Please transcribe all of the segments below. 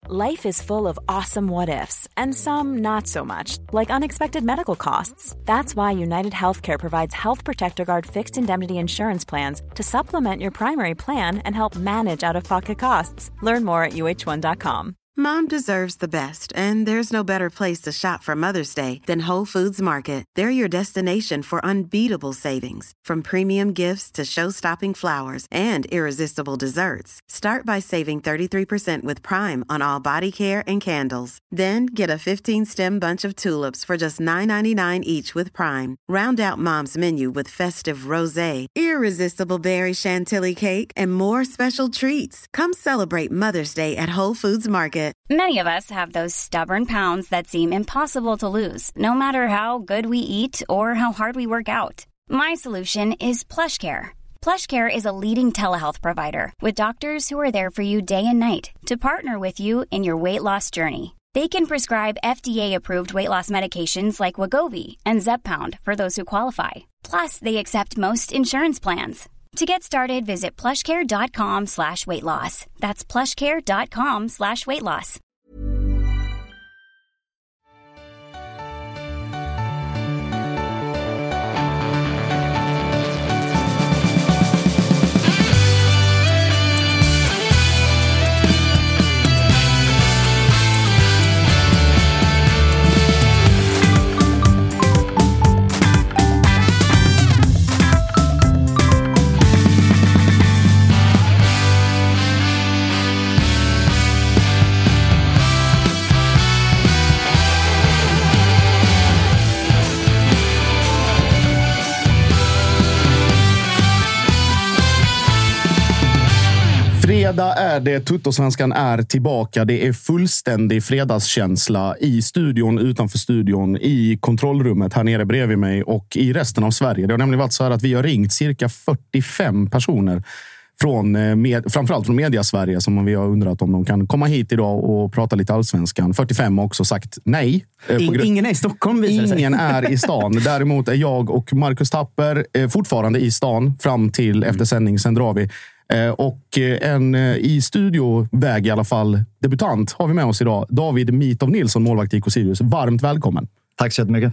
Life is full of awesome what-ifs, and some not so much, like unexpected medical costs. That's why United Healthcare provides Health Protector Guard fixed indemnity insurance plans to supplement your primary plan and help manage out-of-pocket costs. Learn more at uh1.com. Mom deserves the best, and there's no better place to shop for Mother's Day than Whole Foods Market. They're your destination for unbeatable savings, from premium gifts to show-stopping flowers and irresistible desserts. Start by saving 33% with Prime on all body care and candles. Then get a 15-stem bunch of tulips for just $9.99 each with Prime. Round out Mom's menu with festive rosé, irresistible berry chantilly cake, and more special treats. Come celebrate Mother's Day at Whole Foods Market. Many of us have those stubborn pounds that seem impossible to lose, no matter how good we eat or how hard we work out. My solution is PlushCare. PlushCare is a leading telehealth provider with doctors who are there for you day and night to partner with you in your weight loss journey. They can prescribe FDA-approved weight loss medications like Wegovy and Zepbound for those who qualify. Plus, they accept most insurance plans. To get started, visit plushcare.com/weightloss. That's plushcare.com/weightloss. Fredag är det, Tuttosvenskan är tillbaka. Det är fullständig fredagskänsla i studion, utanför studion, i kontrollrummet här nere bredvid mig och i resten av Sverige. Det har nämligen varit så här att vi har ringt cirka 45 personer framförallt från Media-Sverige, som vi har undrat om de kan komma hit idag och prata lite allsvenskan. 45 har också sagt nej. Ingen är i Stockholm, visar det sig. Ingen är i stan. Däremot är jag och Marcus Tapper fortfarande i stan fram till efter sändning. Sen drar vi. Och en i studioväg i alla fall debutant har vi med oss idag. David Mitov Nilsson, målvakt i IK Sirius. Varmt välkommen. Tack så jättemycket.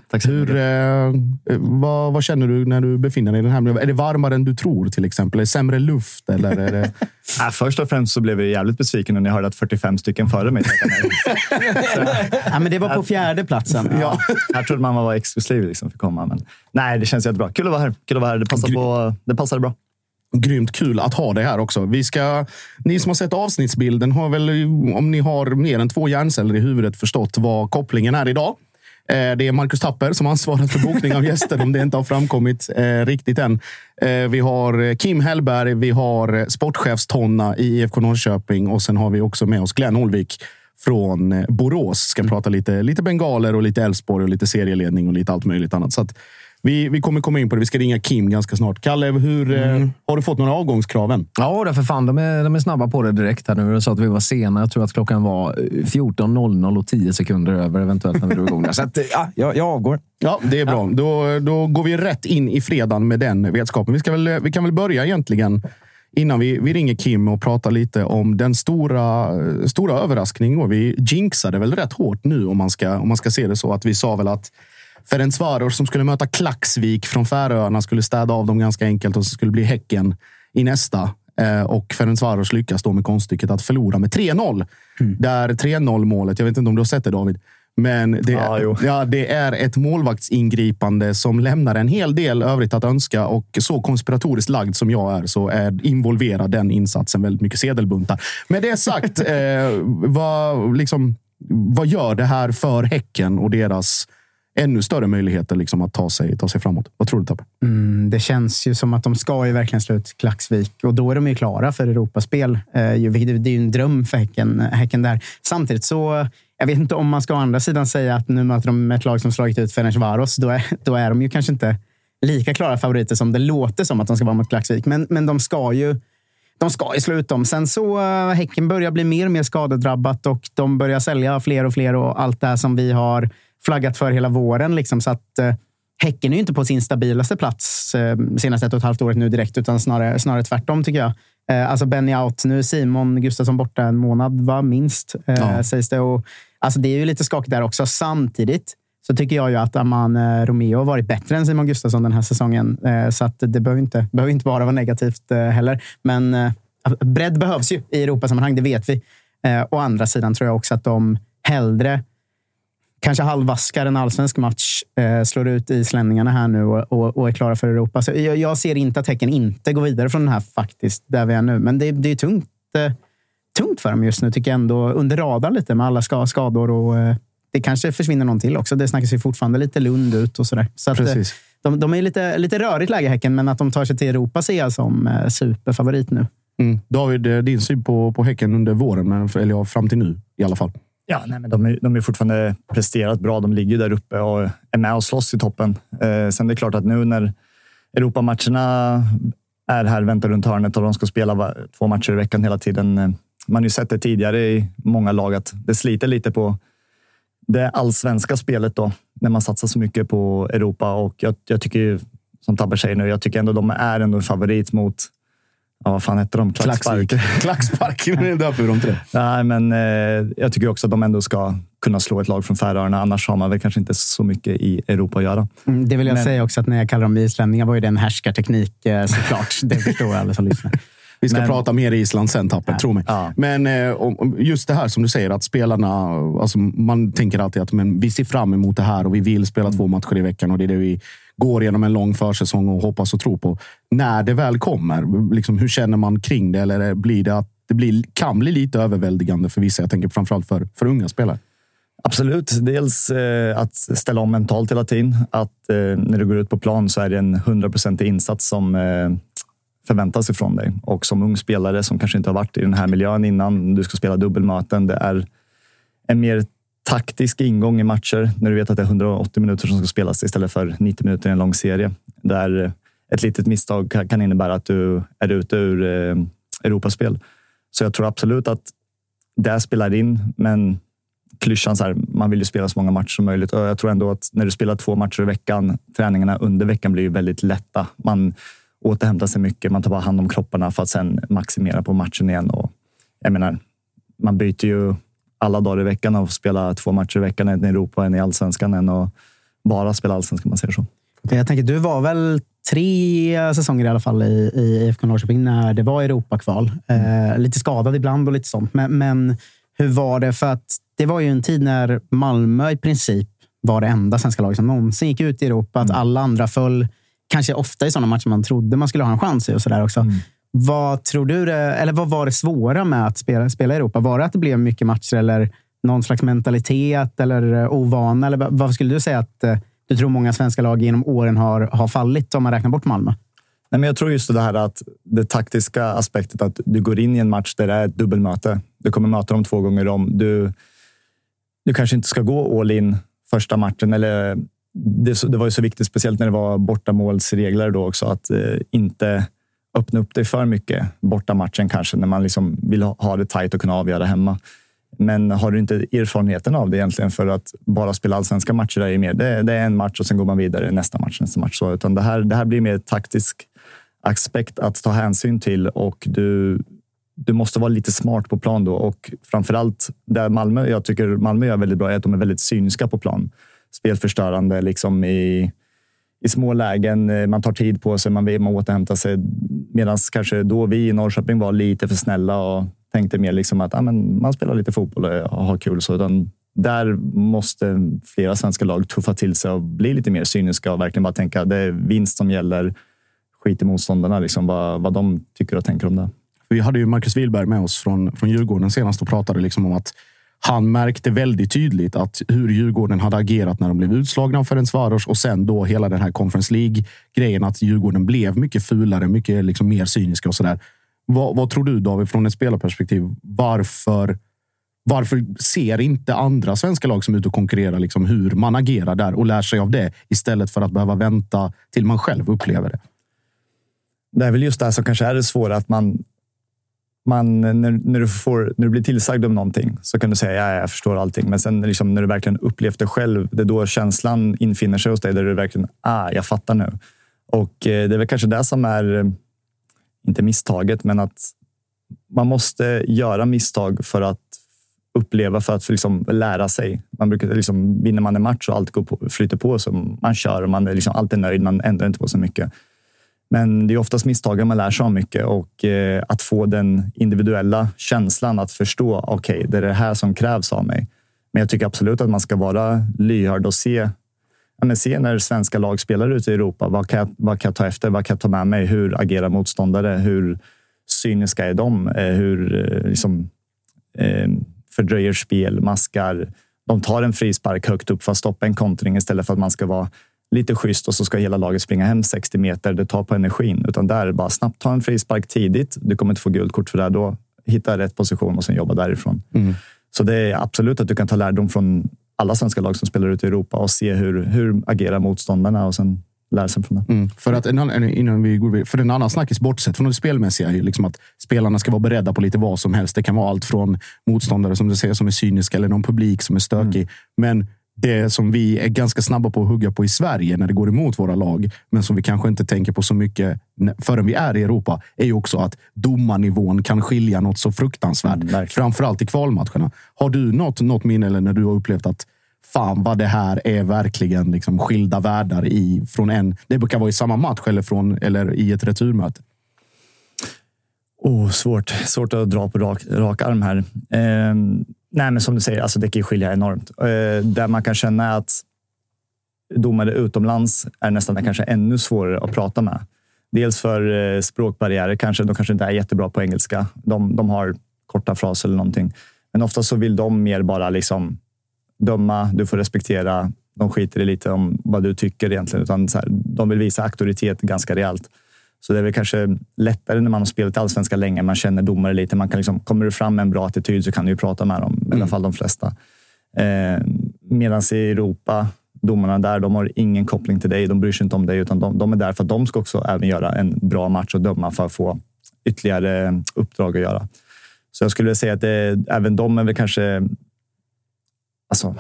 Vad känner du när du befinner dig i den här miljön? Är det varmare än du tror till exempel? Är det sämre luft? Eller är det... Först och främst så blev jag jävligt besviken när jag hörde att 45 stycken före mig. Ja, men det var på 4:e platsen. Ja. Jag trodde man var exklusiv liksom för att komma. Men nej, det känns jättebra. Kul att vara här. Det passade bra. Grymt kul att ha det här också. Ni som har sett avsnittsbilden har väl, om ni har mer än 2 hjärnceller i huvudet, förstått vad kopplingen är idag. Det är Marcus Tapper som ansvarar för bokning av gäster, om det inte har framkommit riktigt än. Vi har Kim Hellberg, vi har sportchefstonna i IFK Norrköping och sen har vi också med oss Glenn Olvik från Borås. Ska prata lite bengaler och lite Elfsborg och lite serieledning och lite allt möjligt annat. Så att vi kommer komma in på det. Vi ska ringa Kim ganska snart. Kalle, har du fått några avgångskraven? Ja, därför fan. De är snabba på det direkt här nu. De sa att vi var sena. Jag tror att klockan var 14.00 och 10 sekunder över eventuellt när vi drog igång där. Så att, jag avgår. Ja, det är bra. Då går vi rätt in i fredagen med den vetskapen. Vi kan väl börja egentligen innan vi ringer Kim och pratar lite om den stora överraskningen. Och vi jinxade väl rätt hårt nu om man ska se det så. Att vi sa väl att Ferencvaros som skulle möta Klaxvik från Färöarna skulle städa av dem ganska enkelt och så skulle bli Häcken i nästa. Och Ferencvaros lyckas då med konststycket att förlora med 3-0. Där 3-0-målet, jag vet inte om du har sett det David, men det är ett målvaktsingripande som lämnar en hel del övrigt att önska, och så konspiratoriskt lagd som jag är så är involverad den insatsen väldigt mycket sedelbuntar. Med det sagt, vad gör det här för Häcken och deras ännu större möjligheter liksom att ta sig framåt? Vad tror du, Tapper? Det känns ju som att de ska ju verkligen slå ut Klaxvik och då är de ju klara för Europaspel. Det är ju en dröm för Häcken där. Samtidigt så, jag vet inte om man ska å andra sidan säga att nu möter de ett lag som slagit ut Ferencvaros. Då är de ju kanske inte lika klara favoriter som det låter som att de ska vara mot Klaxvik. Men de ska ju slå ut dem. Sen så Häcken börjar bli mer och mer skadedrabbat och de börjar sälja fler och fler och allt det här som vi har flaggat för hela våren. Liksom, så att Häcken är ju inte på sin stabilaste plats senaste 1,5 året nu direkt, utan snarare tvärtom tycker jag. Alltså Benny out nu, Simon Gustafsson borta en månad, var minst, sägs det. Och, alltså det är ju lite skakigt där också. Samtidigt så tycker jag ju att Aman Romeo har varit bättre än Simon Gustafsson den här säsongen. Så att det behöver inte bara vara negativt heller. Men bredd behövs ju i Europasammanhang, det vet vi. Å andra sidan tror jag också att de hellre kanske halvvaskar en allsvensk match, slår ut islänningarna här nu och är klara för Europa. Så jag ser inte att Häcken inte går vidare från den här faktiskt, där vi är nu. Men det är tungt för dem just nu, tycker jag ändå. Under radarn lite med alla skador och det kanske försvinner någon till också. Det snackas ju fortfarande lite Lund ut och sådär. Så att, de är lite rörigt läge Häcken, men att de tar sig till Europa ser jag som superfavorit nu. David, din syn på Häcken under våren, eller fram till nu i alla fall? Ja, nej, men de är fortfarande presterat bra. De ligger där uppe och är med och slåss i toppen. Sen det är klart att nu när Europamatcherna är här, väntar runt hörnet och de ska spela 2 matcher i veckan hela tiden. Man har ju sett det tidigare i många lag att det sliter lite på det allsvenska spelet då, när man satsar så mycket på Europa. Och jag tycker ju, som Tabber säger nu, jag tycker ändå de är ändå en favorit mot, vad fan heter de? Klacksparken är därför de tre. Nej, men jag tycker också att de ändå ska kunna slå ett lag från Färöarna. Annars har man väl kanske inte så mycket i Europa att göra. Det vill jag säga också, att när jag kallar dem islänningar var ju det en härskarteknik såklart. Det förstår alla som lyssnar. Vi ska prata mer i Island sen, Tapper, tro mig. Ja. Men just det här som du säger, att spelarna, alltså, man tänker alltid att vi ser fram emot det här och vi vill spela 2 matcher i veckan och det är det vi går igenom en lång försäsong och hoppas och tror på. När det väl kommer, liksom, hur känner man kring det? Eller blir det att kan bli lite överväldigande för vissa? Jag tänker framförallt för unga spelare. Absolut. Dels att ställa om mentalt hela tiden. Att när du går ut på plan så är det en 100% insats som förväntas ifrån dig. Och som ung spelare som kanske inte har varit i den här miljön innan, du ska spela dubbelmöten. Det är en mer taktisk ingång i matcher när du vet att det är 180 minuter som ska spelas istället för 90 minuter i en lång serie. Där ett litet misstag kan innebära att du är ute ur Europaspel. Så jag tror absolut att det spelar in, men klyschan så här, man vill ju spela så många matcher som möjligt. Och jag tror ändå att när du spelar 2 matcher i veckan, träningarna under veckan blir ju väldigt lätta. Man återhämtar sig mycket, man tar bara hand om kropparna för att sen maximera på matchen igen. Och jag menar, man byter ju alla dagar i veckan och spela 2 matcher i veckan, en i Europa, en i Allsvenskan, än och bara spela Allsvenskan, man säger så. Jag tänker, du var väl 3 säsonger i alla fall i IFK Norrköping när det var Europakval. Lite skadad ibland och lite sånt. Men hur var det? För att det var ju en tid när Malmö i princip var det enda svenska laget som någonsin gick ut i Europa. Att alla andra föll, kanske ofta i sådana matcher man trodde man skulle ha en chans i och sådär också. Vad tror du, eller vad var det svåra med att spela i Europa? Var det att det blev mycket matcher eller någon slags mentalitet eller ovana? Eller vad skulle du säga att du tror många svenska lag genom åren har fallit om man räknar bort Malmö? Nej, men jag tror just det här att det taktiska aspektet, att du går in i en match där det är ett dubbelmöte. Du kommer möta dem 2 gånger om. Du kanske inte ska gå all in första matchen. Eller det var ju så viktigt, speciellt när det var bortamålsregler då också, att inte öppna upp dig för mycket borta matchen kanske, när man liksom vill ha det tajt och kunna avgöra hemma. Men har du inte erfarenheten av det egentligen, för att bara spela allsvenska matcher är mer. Det är en match och sen går man vidare nästa match. Så, utan det här blir mer taktisk aspekt att ta hänsyn till, och du måste vara lite smart på plan då. Och framförallt där jag tycker Malmö gör väldigt bra är att de är väldigt cyniska på plan. Spelförstörande liksom i små lägen. Man tar tid på sig, man återhämtar sig. Medan kanske då vi i Norrköping var lite för snälla och tänkte mer liksom att man spelar lite fotboll och har kul. Så där måste flera svenska lag tuffa till sig och bli lite mer cyniska och verkligen bara tänka det är vinst som gäller. Skit i motståndarna, liksom, vad de tycker och tänker om det. Vi hade ju Marcus Wilberg med oss från Djurgården senast och pratade liksom om att han märkte väldigt tydligt att hur Djurgården hade agerat när de blev utslagna av Ferencvaros, och sen då hela den här Conference League-grejen, att Djurgården blev mycket fulare, mycket liksom mer cyniska och sådär. Vad tror du, David, från ett spelarperspektiv? Varför ser inte andra svenska lag som är ute och konkurrerar liksom hur man agerar där och lär sig av det, istället för att behöva vänta till man själv upplever det? Det är väl just det här som kanske är det svåra, att när du blir tillsagd om någonting så kan du säga ja, jag förstår allting, men sen liksom, när du verkligen upplevt det själv, det är då känslan infinner sig hos dig, där du verkligen jag fattar nu. Och det är väl kanske det som är, inte misstaget, men att man måste göra misstag för att uppleva, för att liksom lära sig. Man brukar liksom, vinner man en match och allt flyter på, så man kör och man är liksom alltid nöjd, man ändrar inte på så mycket. Men det är oftast misstagen man lär sig om mycket, och att få den individuella känslan att förstå, okej, det är det här som krävs av mig. Men jag tycker absolut att man ska vara lyhörd och se när svenska lag spelar ute i Europa, vad kan jag ta efter, vad kan jag ta med mig, hur agerar motståndare, hur cyniska är de, hur fördröjer spel, maskar, de tar en frispark högt upp för att stoppa en kontring istället för att man ska vara lite schysst och så ska hela laget springa hem 60 meter, det tar på energin, utan där bara snabbt ta en frispark tidigt, du kommer inte få guldkort för det, då hitta rätt position och sen jobba därifrån. Så det är absolut att du kan ta lärdom från alla svenska lag som spelar ute i Europa och se hur agerar motståndarna och sen lära sig från det. För att innan vi går, för en annan snackis bortsett från det spelmässiga är liksom att spelarna ska vara beredda på lite vad som helst. Det kan vara allt från motståndare som du säger som är cyniska eller någon publik som är stökig. Men det som vi är ganska snabba på att hugga på i Sverige när det går emot våra lag, men som vi kanske inte tänker på så mycket förrän vi är i Europa, är ju också att domarnivån kan skilja något så fruktansvärt. Framförallt i kvalmatcherna. Har du något minne eller när du har upplevt att fan vad det här är verkligen liksom skilda världar från en, det brukar vara i samma match eller i ett returmöte? Svårt att dra på rak arm här. Nej, men som du säger, alltså det kan ju skilja enormt. Där man kan känna att domare utomlands är nästan kanske ännu svårare att prata med. Dels för språkbarriärer, de kanske inte är jättebra på engelska. De har korta fraser eller någonting. Men ofta så vill de mer bara liksom döma, du får respektera, de skiter i lite om vad du tycker egentligen, utan så här, de vill visa auktoritet ganska rejält. Så det är väl kanske lättare när man har spelat i allsvenska länge, man känner domare lite, man kan liksom, kommer du fram med en bra attityd så kan du ju prata med dem, i alla fall de flesta. Medan i Europa, domarna där, de har ingen koppling till dig, de bryr sig inte om dig, utan de är där för att de ska också även göra en bra match och döma för att få ytterligare uppdrag att göra. Så jag skulle säga att även de är väl kanske, alltså,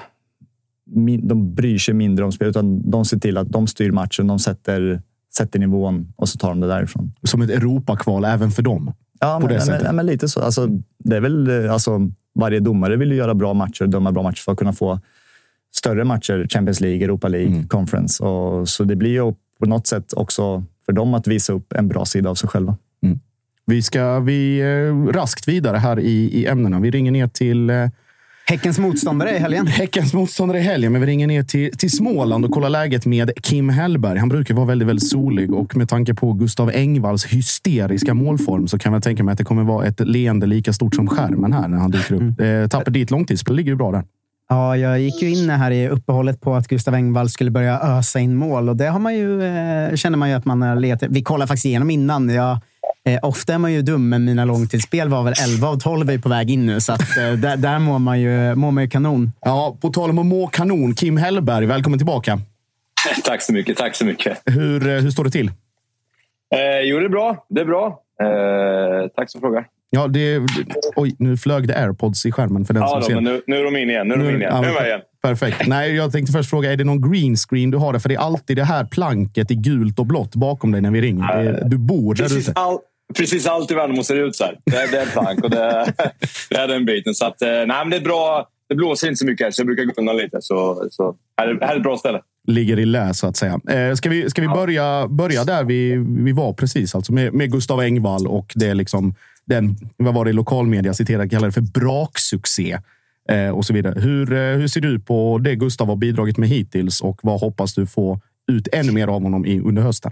de bryr sig mindre om spel, utan de ser till att de styr matchen, de sätter nivån och så tar de det därifrån. Som ett Europakval även för dem? Ja, men lite så. Alltså, det är väl, alltså, varje domare vill ju göra bra matcher, döma bra matcher för att kunna få större matcher, Champions League, Europa League, Conference. Och, så det blir ju på något sätt också för dem att visa upp en bra sida av sig själva. Vi ska raskt vidare här i ämnena. Vi ringer ner till Häckens motståndare i helgen. Men vi ringer ner till Småland och kollar läget med Kim Hellberg. Han brukar vara väldigt, väldigt solig, och med tanke på Gustav Engvalls hysteriska målform så kan jag tänka mig att det kommer vara ett leende lika stort som skärmen här när han dyker upp. Tappar dit långtidsspel, ligger ju bra där. Ja, jag gick ju in här i uppehållet på att Gustav Engvall skulle börja ösa in mål, och det har man ju, känner man ju att man har letat. Vi kollar faktiskt igenom innan. Ofta är man ju dum, men mina långtidsspel var väl 11 av 12 är på väg in nu, så att där mår man ju kanon. Ja, på tal om att må kanon, Kim Hellberg, välkommen tillbaka. Tack så mycket. Hur står det till? Jo, det är bra. Tack som frågar. Ja, oj, nu flög det AirPods i skärmen för den som ser. Men nu är de in igen. Nu är jag igen. Perfekt. Nej, jag tänkte först fråga, är det någon green screen du har där? För det är alltid det här planket i gult och blått bakom dig när vi ringer. Du bor där ute. Precis allt i världen ser ut så här. Det är plank och det är den biten. Så att, nej, men det är bra. Det blåser inte så mycket här, så jag brukar gå undan lite. Så här är ett bra ställe. Ligger i lä, så att säga. Ska vi börja där vi var precis, alltså med Gustav Engvall, och det är liksom vad var det lokalmedia kallar det för braksuccé och så vidare. Hur ser du på det Gustav har bidragit med hittills, och vad hoppas du få ut ännu mer av honom under hösten?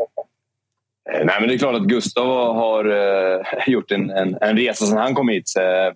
Nej, men det är klart att Gustav har gjort en resa sedan han kom hit.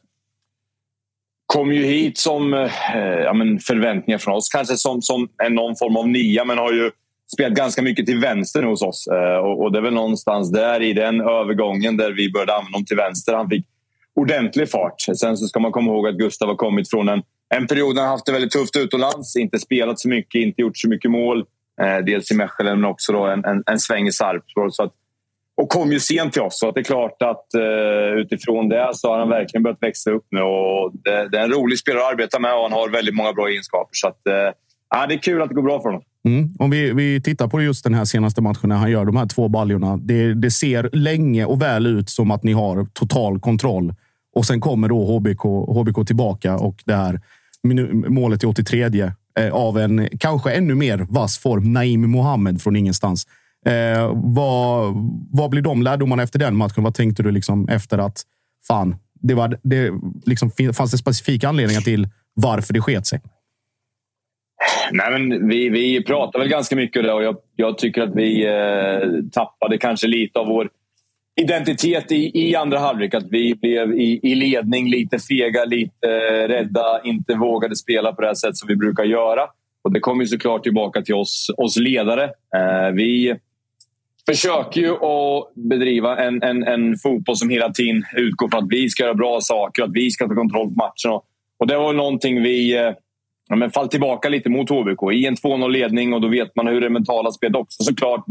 Kom ju hit som förväntningar från oss, kanske som någon form av nia, men har ju spelat ganska mycket till vänster hos oss. Och det är väl någonstans där i den övergången där vi började använda dem till vänster. Han fick ordentlig fart. Sen så ska man komma ihåg att Gustav har kommit från en period när han haft det väldigt tufft utomlands. Inte spelat så mycket, inte gjort så mycket mål. Dels i Mechelen, men också då en sväng i Sarpsborg. Och kom ju sent till oss. Så att det är klart att utifrån det så har han verkligen börjat växa upp nu. Och det är en rolig spelare att arbeta med, och han har väldigt många bra egenskaper. Så att, det är kul att det går bra för honom. Om vi tittar på just den här senaste matchen när han gör de här 2 baljorna. Det ser länge och väl ut som att ni har total kontroll. Och sen kommer då HBK tillbaka och det här målet i 83 av en kanske ännu mer vass form. Naim Mohammed från ingenstans. Vad blir de lärdomarna efter den matchen? Vad tänkte du liksom efter att fanns det specifika anledningar till varför det sket sig? Nej, men vi pratar väl ganska mycket om det och jag tycker att vi tappade kanske lite av vår identitet i andra halvlek. Att vi blev i ledning lite fega, lite rädda, inte vågade spela på det här sätt som vi brukar göra. Och det kommer ju såklart tillbaka till oss ledare. Vi försöker ju att bedriva en fotboll som hela tiden utgår från att vi ska göra bra saker, att vi ska ta kontroll på matchen. Och det var någonting vi fall tillbaka lite mot HBK i en 2-0-ledning, och då vet man hur det mentala spelet också såklart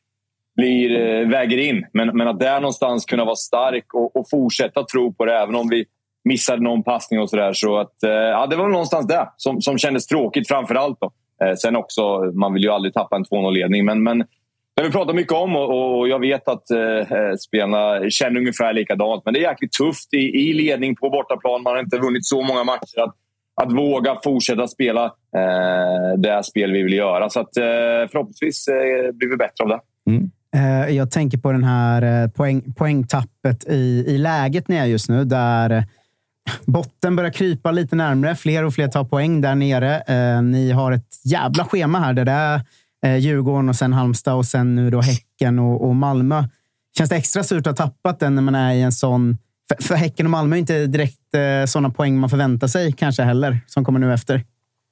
väger in. Men att där någonstans kunna vara stark och fortsätta tro på det även om vi missade någon passning och sådär. Så att det var någonstans där som kändes tråkigt framförallt då. Sen också, man vill ju aldrig tappa en 2-0-ledning, men det vi pratar mycket om och jag vet att spelarna känner ungefär likadant, men det är jäkligt tufft i ledning på bortaplan. Man har inte vunnit så många matcher att våga fortsätta spela det spel vi vill göra. Så att förhoppningsvis blir vi bättre av det. Jag tänker på den här poängtappet i läget ni är just nu, där botten börjar krypa lite närmare. Fler och fler tar poäng där nere. Ni har ett jävla schema här. Det där Djurgården och sen Halmstad och sen nu då Häcken och Malmö. Känns det extra surt att ha tappat den när man är i en sån... För Häcken och Malmö är inte direkt sådana poäng man förväntar sig kanske heller, som kommer nu efter.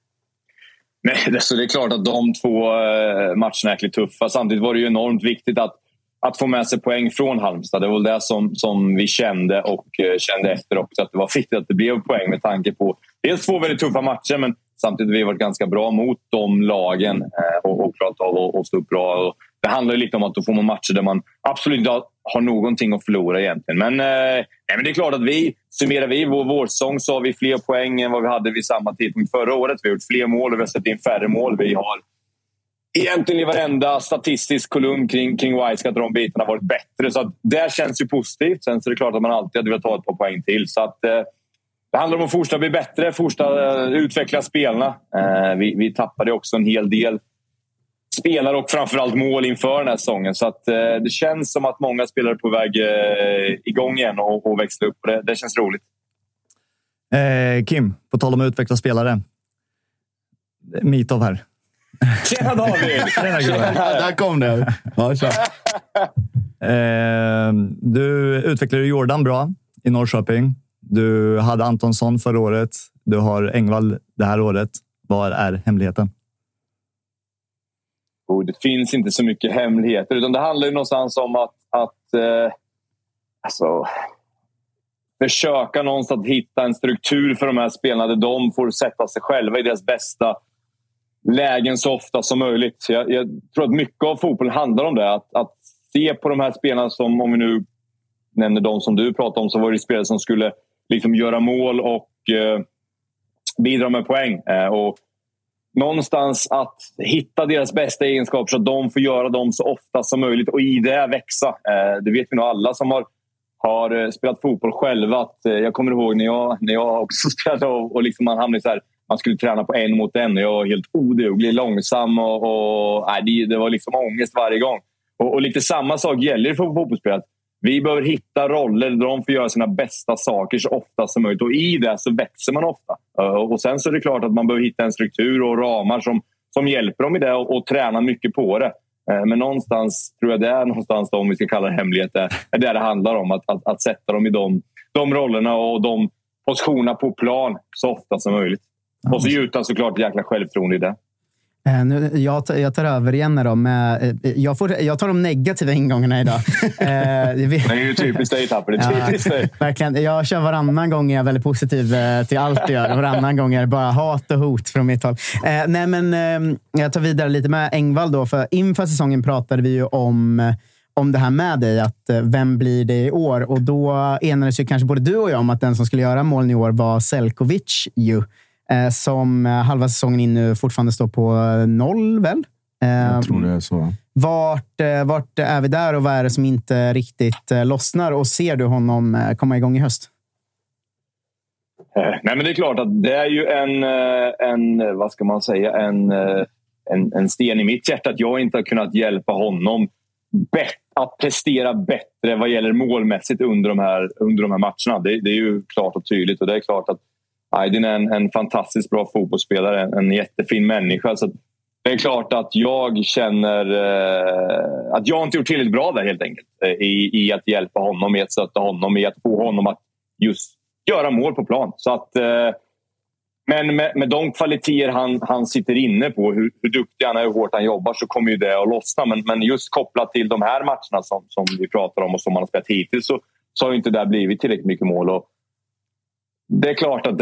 Nej, så det är klart att de 2 matcherna är jäkligt tuffa. Samtidigt var det ju enormt viktigt att få med sig poäng från Halmstad. Det var det som vi kände och kände efter också. Att det var viktigt att det blev poäng med tanke på dels 2 väldigt tuffa matcher, men samtidigt har vi varit ganska bra mot de lagen och klarat av att stå upp bra. Och det handlar ju lite om att då får man matcher där man absolut inte har någonting att förlora egentligen. Men det är klart att summerar vi vår vårsäsong så har vi fler poäng än vad vi hade vid samma tidpunkt förra året. Vi har gjort fler mål och vi har sett in färre mål. Vi har egentligen i varenda statistisk kolumn kring Wisecat och de bitarna varit bättre. Så att det känns ju positivt. Sen så är det klart att man alltid hade velat ta ett par poäng till. Så att det handlar om att fortsätta bli bättre, fortsätta utveckla spelarna. Vi tappade också en hel del spelare och framförallt mål inför den här säsongen. Så att det känns som att många spelare är på väg igång igen och växla upp. Det känns roligt. Kim, på tal om att utveckla spelare. Mitov här. Tjena David! Där kom det. Ja, du utvecklade Jordan bra i Norrköping. Du hade Antonsson förra året. Du har Engvall det här året. Vad är hemligheten? Det finns inte så mycket hemligheter, utan det handlar ju någonstans om att försöka någonstans att hitta en struktur för de här spelarna där de får sätta sig själva i deras bästa lägen så ofta som möjligt. Jag tror att mycket av fotbollen handlar om det. Att se på de här spelarna som, om vi nu nämner de som du pratade om, så var det spelare som skulle liksom göra mål och bidra med poäng. Och någonstans att hitta deras bästa egenskaper så att de får göra dem så ofta som möjligt och i det växa. Det vet vi nog alla som har spelat fotboll själva. Att, jag kommer ihåg när jag också spelade och liksom man hamnade så här, man skulle träna på 1 mot 1 och jag var helt oduglig, långsam och det var liksom ångest varje gång. Och lite samma sak gäller för fotbollsspelare. Vi behöver hitta roller där de får göra sina bästa saker så ofta som möjligt. Och i det så växer man ofta. Och sen så är det klart att man behöver hitta en struktur och ramar som hjälper dem i det och träna mycket på det. Men någonstans tror jag det är någonstans då, om vi ska kalla det hemlighet, är det handlar om. Att sätta dem i de rollerna och de positionerna på plan så ofta som möjligt. Och så gjuta såklart jäkla självförtroende i det. Jag tar över igen då jag tar de negativa ingångarna idag. Det är ju typiskt dig, Tapper. Verkligen. Jag kör varannan gång jag är väldigt positiv till allt jag gör. Varannan gång är det bara hat och hot från mitt håll. Jag tar vidare lite med Engvall då. För inför säsongen pratade vi ju om det här med dig, att vem blir det i år? Och då enades ju kanske både du och jag om att den som skulle göra målen i år var Selkovic ju. som halva säsongen in nu fortfarande står på 0, väl? Jag tror det är så. Vart är vi där och vad är det som inte riktigt lossnar? Och ser du honom komma igång i höst? Nej, men det är klart att det är ju en vad ska man säga, en sten i mitt hjärta att jag inte har kunnat hjälpa honom att prestera bättre vad gäller målmässigt under de här matcherna. Det är ju klart och tydligt, och det är klart att Aydin är en fantastiskt bra fotbollsspelare, en jättefin människa, så det är klart att jag känner att jag inte gjort tillräckligt bra där helt enkelt i att hjälpa honom, i att stötta honom, i att få honom att just göra mål på plan. Så att, men med de kvaliteter han sitter inne på, hur duktig han är och hur hårt han jobbar, så kommer ju det att lossna. Men just kopplat till de här matcherna som vi pratar om och som man har spelat hittills, så har ju inte det blivit tillräckligt mycket mål. Och det är klart att det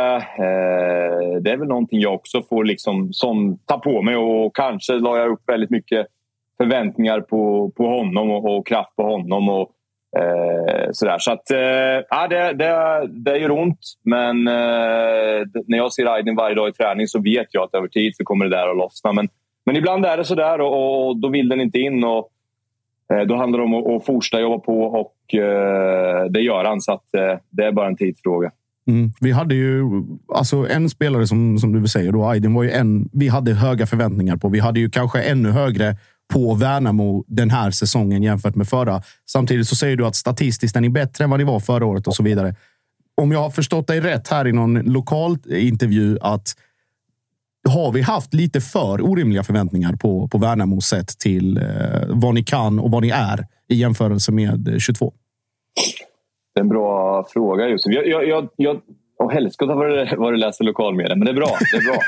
är väl någonting jag också får liksom, som tar på mig, och kanske la jag upp väldigt mycket förväntningar på honom och kraft på honom och sådär. Så att det gör ont, men när jag ser Aydin varje dag i träning så vet jag att över tid så kommer det där att lossna. Men ibland är det sådär, och då vill den inte in, och då handlar det om att fortsätta jobba på, och det gör han, så att det är bara en tidsfråga. Vi hade ju alltså en spelare som du säger då, Aydin var ju vi hade höga förväntningar på. Vi hade ju kanske ännu högre på Värnamo den här säsongen jämfört med förra. Samtidigt så säger du att statistiskt är ni bättre än vad ni var förra året och så vidare. Om jag har förstått dig rätt här i någon lokal intervju, att har vi haft lite för orimliga förväntningar på Värnamo sett till vad ni kan och vad ni är i jämförelse med 22? Det är en bra fråga, Josef. Jag och helskott har varit läst i lokalmedia, men det är bra.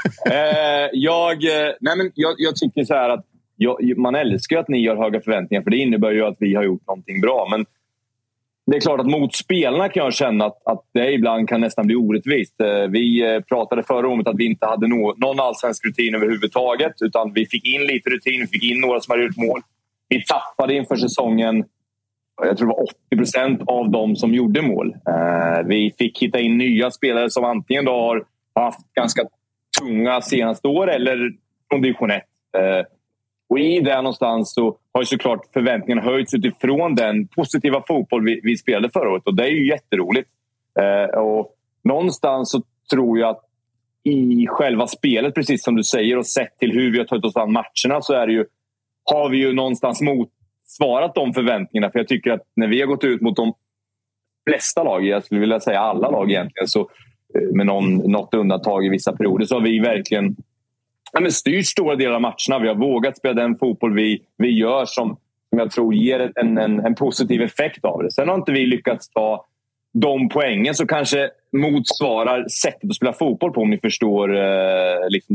Jag tycker så här att man älskar att ni gör höga förväntningar, för det innebär ju att vi har gjort någonting bra. Men det är klart att mot spelarna kan jag känna att det ibland kan nästan bli orättvist. Vi pratade förra året att vi inte hade någon allsvensk rutin överhuvudtaget, utan vi fick in lite rutin, vi fick in några som hade gjort mål. Vi tappade inför säsongen, jag tror det var 80% av dem som gjorde mål. Vi fick hitta in nya spelare som antingen då har haft ganska tunga senaste år eller från division 1. Och i det någonstans så har ju såklart förväntningarna höjts utifrån den positiva fotboll vi spelade förra året. Och det är ju jätteroligt. Och någonstans så tror jag att i själva spelet, precis som du säger, och sett till hur vi har tagit oss an matcherna, så är det ju, har vi ju någonstans motsvarat de förväntningarna. För jag tycker att när vi har gått ut mot de flesta lag, jag skulle vilja säga alla lag egentligen, så med något undantag i vissa perioder, så har vi verkligen styrt stora delar av matcherna. Vi har vågat spela den fotboll vi gör som jag tror ger en positiv effekt av det. Sen har inte vi lyckats ta de poängen så kanske motsvarar sättet att spela fotboll på, om ni förstår liksom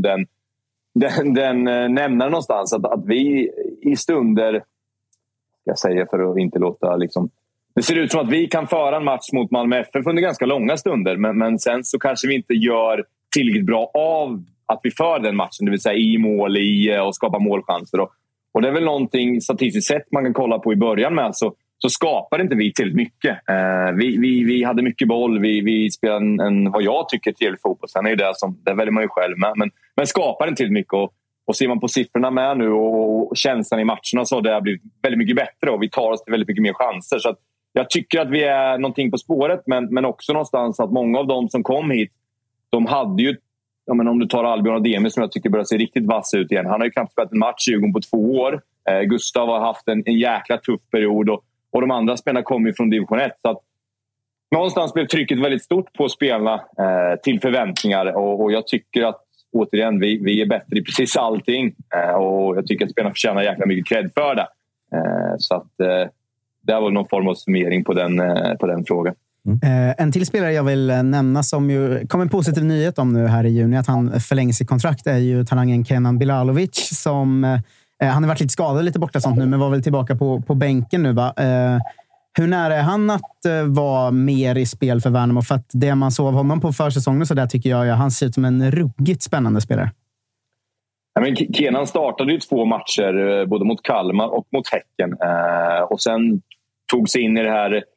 den nämnaren någonstans. Att vi i stunder, jag säger för att inte låta liksom, det ser ut som att vi kan föra en match mot Malmö FF under ganska långa stunder, men sen så kanske vi inte gör tillräckligt bra av att vi för den matchen, det vill säga i mål och skapa målchanser. Och det är väl någonting statistiskt sett man kan kolla på i början med, så skapar inte vi tillräckligt mycket. Vi hade mycket boll, vi spelade en vad jag tycker trevlig fotboll. Sen är ju det väljer man ju själv med, men skapar inte tillräckligt mycket. Och ser man på siffrorna med nu och känslan i matcherna, så har det blivit väldigt mycket bättre och vi tar oss till väldigt mycket mer chanser. Så att jag tycker att vi är någonting på spåret, men också någonstans att många av dem som kom hit, de hade ju, om du tar Albion Ademi som jag tycker börjar se riktigt vass ut igen. Han har ju knappt spelat en match 20 på 2 år. Gustav har haft en jäkla tuff period och de andra spelarna kommer ju från division 1. Så att någonstans blev trycket väldigt stort på spelarna till förväntningar. Och jag tycker att återigen, vi är bättre i precis allting. Och jag tycker att spelarna förtjänar jäkla mycket cred för det. Så att det var någon form av summering på den frågan. En till spelare jag vill nämna som ju kom en positiv nyhet om nu här i juni, att han förlängs i kontrakt, är ju talangen Kenan Bilalovic som han har varit lite skadad, lite borta sånt nu, men var väl tillbaka på bänken nu, va? Hur nära är han att vara mer i spel för Värnamo? För att det man såg av honom på försäsongen, så där tycker jag han ser ut som en ruggigt spännande spelare. Ja, men Kenan startade ju 2 matcher både mot Kalmar och mot Häcken, och sen tog sig in i det här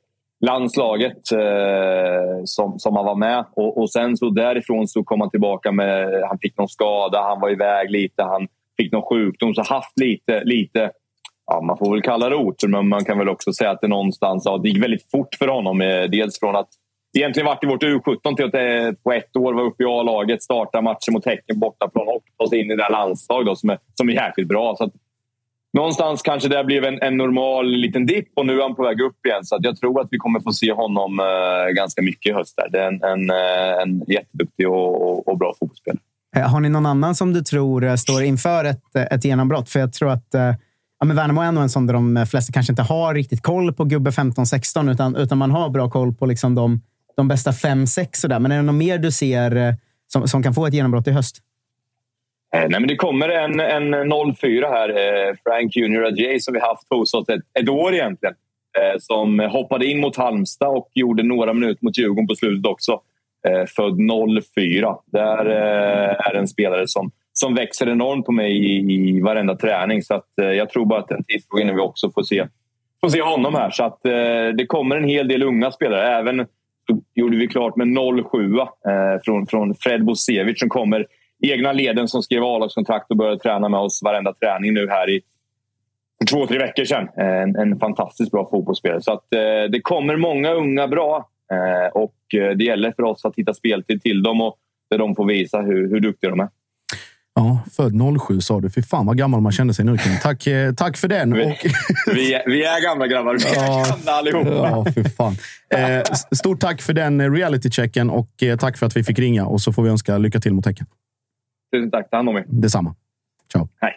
landslaget som han var med. Och sen så därifrån så kom han tillbaka med... Han fick någon skada, han var iväg lite, han fick någon sjukdom. Så haft lite ja, man får väl kalla det otur, men man kan väl också säga att det någonstans... Ja, det gick väldigt fort för honom. Dels från att egentligen varit i vårt U17 till att på ett år var uppe i A-laget, starta matchen mot Häcken bortaplan och ta sig in i det här landslag då, som är jäkligt bra. Så att någonstans kanske det blev en normal liten dipp och nu är han på väg upp igen. Så att jag tror att vi kommer få se honom ganska mycket i höst. Där. Det är en jätteduktig och bra fotbollsspelare. Har ni någon annan som du tror står inför ett genombrott? För jag tror att men Värnamo är nog en sån där de flesta kanske inte har riktigt koll på gubbe 15-16 utan man har bra koll på liksom de bästa 5-6 sådär. Men är det något mer du ser som kan få ett genombrott i höst? Nej, men det kommer en 04 här. Frank Junior Adjei som vi haft hos oss ett år egentligen. Som hoppade in mot Halmstad och gjorde några minuter mot Djurgården på slutet också. Född 04. Där är en spelare som växer enormt på mig i varenda träning. Så att, jag tror bara att en tidsfråga innan vi också får se honom här. Så att det kommer en hel del unga spelare. Även gjorde vi klart med 07 från Fred Bosevic som kommer i egna leden, som skrev A-lagskontrakt och började träna med oss varenda träning nu här för 2-3 veckor sedan. En fantastiskt bra fotbollsspelare. Så att det kommer många unga bra och det gäller för oss att hitta speltid till dem och där de får visa hur duktiga de är. Ja, född 07 sa du. Fy fan vad gammal man kände sig nu. Tack för den. Vi är gamla grabbar. Vi är gamla allihopa. Ja, fy fan. Stort tack för den reality-checken och tack för att vi fick ringa. Och så får vi önska lycka till mot Häcken. Tusen tack, ta hand om er. Detsamma. Ciao. Hej.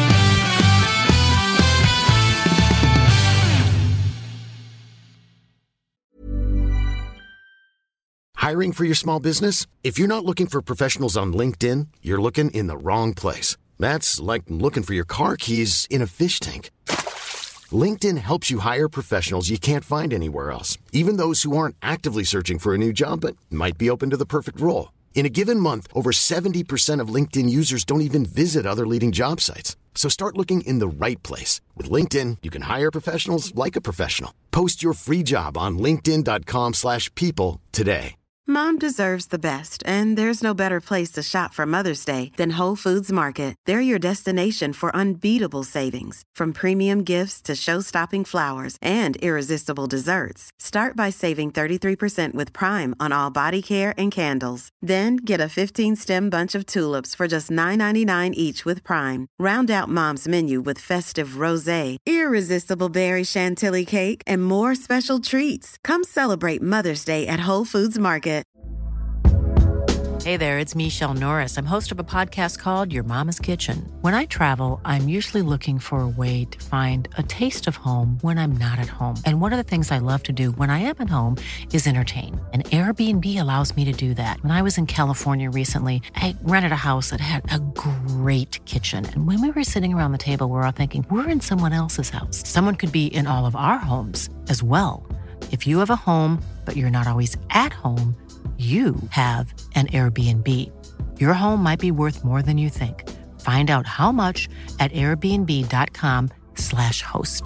Hiring for your small business? If you're not looking for professionals on LinkedIn, you're looking in the wrong place. That's like looking for your car keys in a fish tank. LinkedIn helps you hire professionals you can't find anywhere else, even those who aren't actively searching for a new job but might be open to the perfect role. In a given month, over 70% of LinkedIn users don't even visit other leading job sites. So start looking in the right place. With LinkedIn, you can hire professionals like a professional. Post your free job on linkedin.com/people today. Mom deserves the best, and there's no better place to shop for Mother's Day than Whole Foods Market. They're your destination for unbeatable savings, from premium gifts to show-stopping flowers and irresistible desserts. Start by saving 33% with Prime on all body care and candles. Then get a 15-stem bunch of tulips for just $9.99 each with Prime. Round out Mom's menu with festive rosé, irresistible berry chantilly cake, and more special treats. Come celebrate Mother's Day at Whole Foods Market. Hey there, it's Michelle Norris. I'm host of a podcast called Your Mama's Kitchen. When I travel, I'm usually looking for a way to find a taste of home when I'm not at home. And one of the things I love to do when I am at home is entertain. And Airbnb allows me to do that. When I was in California recently, I rented a house that had a great kitchen. And when we were sitting around the table, we were all thinking, we're in someone else's house. Someone could be in all of our homes as well. If you have a home, but you're not always at home, you have an Airbnb. Your home might be worth more than you think. Find out how much at airbnb.com/host.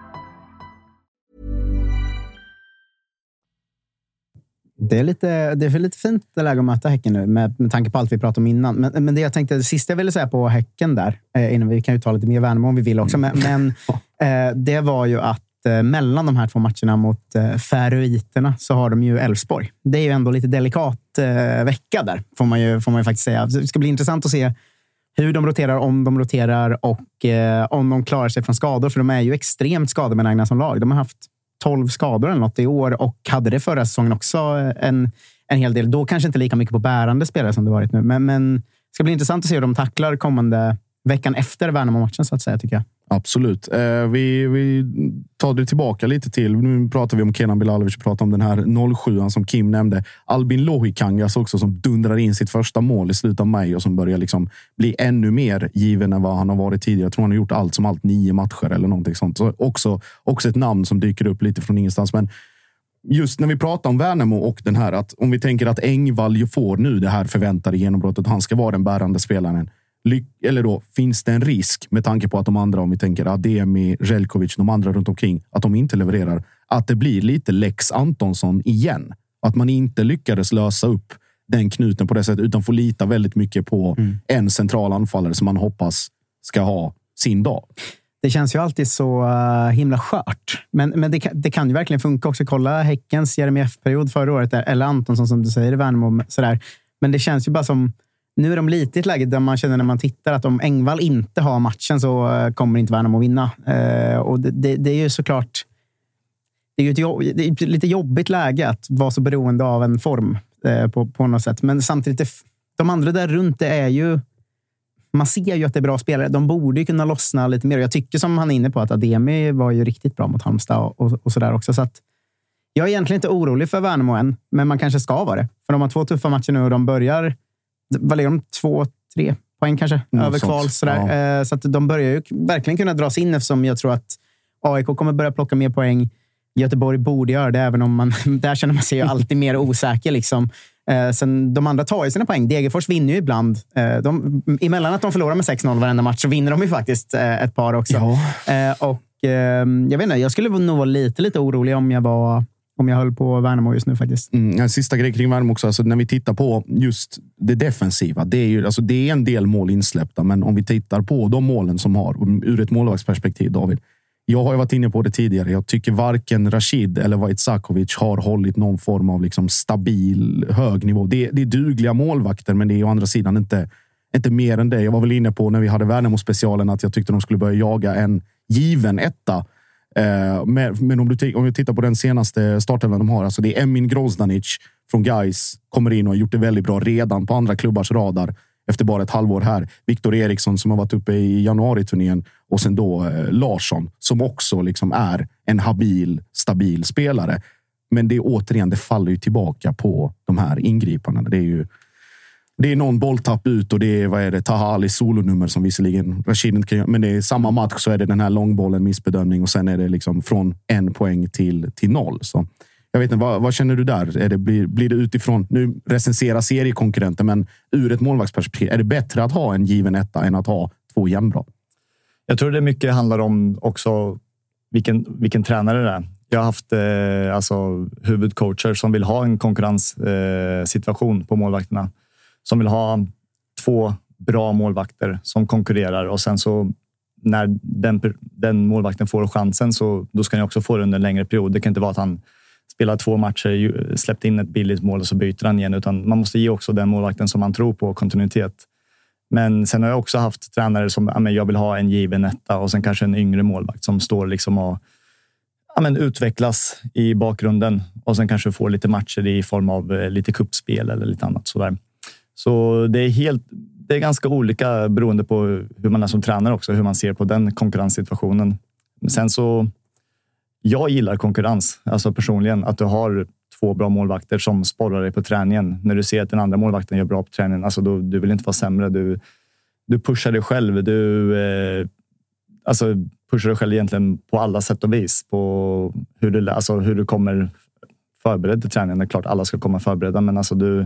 Det är för lite fint det läge att möta Häcken nu med tanke på allt vi pratade om innan. Men det jag tänkte, det sista jag ville säga på Häcken där, innan vi kan ju ta lite mer Värnamo om vi vill också, men det var ju att mellan de här 2 matcherna mot Färöiterna så har de ju Elfsborg. Det är ju ändå lite delikat vecka där, får man ju faktiskt säga. Det ska bli intressant att se hur de roterar, om de roterar och om de klarar sig från skador. För de är ju extremt skadebenägna som lag. De har haft 12 skador eller något i år och hade det förra säsongen också en hel del. Då kanske inte lika mycket på bärande spelare som det varit nu. Men det ska bli intressant att se hur de tacklar kommande veckan efter Värnamo-matchen så att säga, tycker jag. Absolut. Vi tar det tillbaka lite till. Nu pratar vi om Kenan Bilalovic och pratar om den här 07an som Kim nämnde. Albin Lohikangas också som dundrar in sitt första mål i slutet av maj och som börjar liksom bli ännu mer given än vad han har varit tidigare. Jag tror han har gjort allt som allt 9 matcher eller någonting sånt. Så också ett namn som dyker upp lite från ingenstans. Men just när vi pratar om Värnamo och den här, att om vi tänker att Engvall får nu det här förväntade genombrottet, han ska vara den bärande spelaren. Eller då finns det en risk med tanke på att de andra, om vi tänker Ademi, Željković, de andra runt omkring, att de inte levererar. att det blir lite Lex Antonsson igen. Att man inte lyckades lösa upp den knuten på det sättet utan får lita väldigt mycket på en central anfallare som man hoppas ska ha sin dag. Det känns ju alltid så himla skört. Men det kan ju verkligen funka också. Kolla Häckens Jeremejeff-period förra året. Eller Antonsson som du säger i Värnamo. Sådär. Men det känns ju bara som... Nu är de lite i ett läge där man känner när man tittar att om Engvall inte har matchen så kommer inte Värnamo vinna. Och det är ju såklart... Det är ju ett lite jobbigt läge att vara så beroende av en form på något sätt. Men samtidigt, de andra där runt det är ju... Man ser ju att det är bra spelare. De borde ju kunna lossna lite mer. Och jag tycker som han är inne på att Ademi var ju riktigt bra mot Halmstad och sådär också. Så att jag är egentligen inte orolig för Värnamo än. Men man kanske ska vara det. För de har 2 tuffa matcher nu och de börjar... Vad ligger de? 2-3 poäng kanske? Över kval. Sådär. Ja. Så att de börjar ju verkligen kunna dras in eftersom jag tror att AIK kommer börja plocka mer poäng. Göteborg borde göra det även om man... Där känner man sig ju alltid mer osäker liksom. Sen de andra tar ju sina poäng. Degerfors vinner ju ibland. Emellan att de förlorar med 6-0 varenda match så vinner de ju faktiskt ett par också. Ja. Jag vet inte, jag skulle nog vara lite orolig om jag höll på Värnamo just nu faktiskt. En sista grej kring Värnamo också. Alltså, när vi tittar på just det defensiva. Det är ju, alltså, det är en del mål insläppta. Men om vi tittar på de målen som har ur ett målvaktsperspektiv, David. Jag har ju varit inne på det tidigare. Jag tycker varken Rashid eller Vaisakovic har hållit någon form av liksom stabil, hög nivå. Det är dugliga målvakter, men det är å andra sidan inte mer än det. Jag var väl inne på när vi hade Värnamo-specialen att jag tyckte de skulle börja jaga en given etta. Men om vi tittar på den senaste startelvan de har, alltså det är Emin Grozdanic från Gais kommer in och har gjort det väldigt bra redan på andra klubbars radar. Efter bara ett halvår här. Viktor Eriksson som har varit uppe i januari-turnén. Och sen då Larsson som också liksom är en habil, stabil spelare. Men det är återigen, det faller ju tillbaka på de här ingripandena. Det är någon bolltapp ut och det är Taha Ali solonummer som visserligen Rashid inte kan göra. Men det är samma match så är det den här långbollen missbedömning och sen är det liksom från 1 poäng till 0. Så jag vet inte, vad känner du där? Blir det utifrån, nu recenserar seriekonkurrenter, men ur ett målvaktsperspektiv, är det bättre att ha en given etta än att ha 2 jämnbra? Jag tror det mycket handlar om också vilken tränare det är. Jag har haft huvudcoacher som vill ha en konkurrenssituation på målvakterna. Som vill ha 2 bra målvakter som konkurrerar och sen så när den målvakten får chansen så då ska han också få det under en längre period. Det kan inte vara att han spelar 2 matcher, släppt in ett billigt mål och så byter han igen. Utan man måste ge också den målvakten som man tror på kontinuitet. Men sen har jag också haft tränare som jag vill ha en given etta och sen kanske en yngre målvakt som står liksom och utvecklas i bakgrunden och sen kanske får lite matcher i form av lite kuppspel eller lite annat sådär. Så det är ganska olika beroende på hur man är som tränare också, hur man ser på den konkurrenssituationen. Sen så jag gillar konkurrens, alltså personligen, att du har 2 bra målvakter som sporrar dig på träningen. När du ser att den andra målvakten gör bra på träningen, alltså du vill inte vara sämre. Du pushar dig själv. Du pushar dig själv egentligen på alla sätt och vis. På hur du kommer förberedd till träningen. Det är klart alla ska komma förberedda, men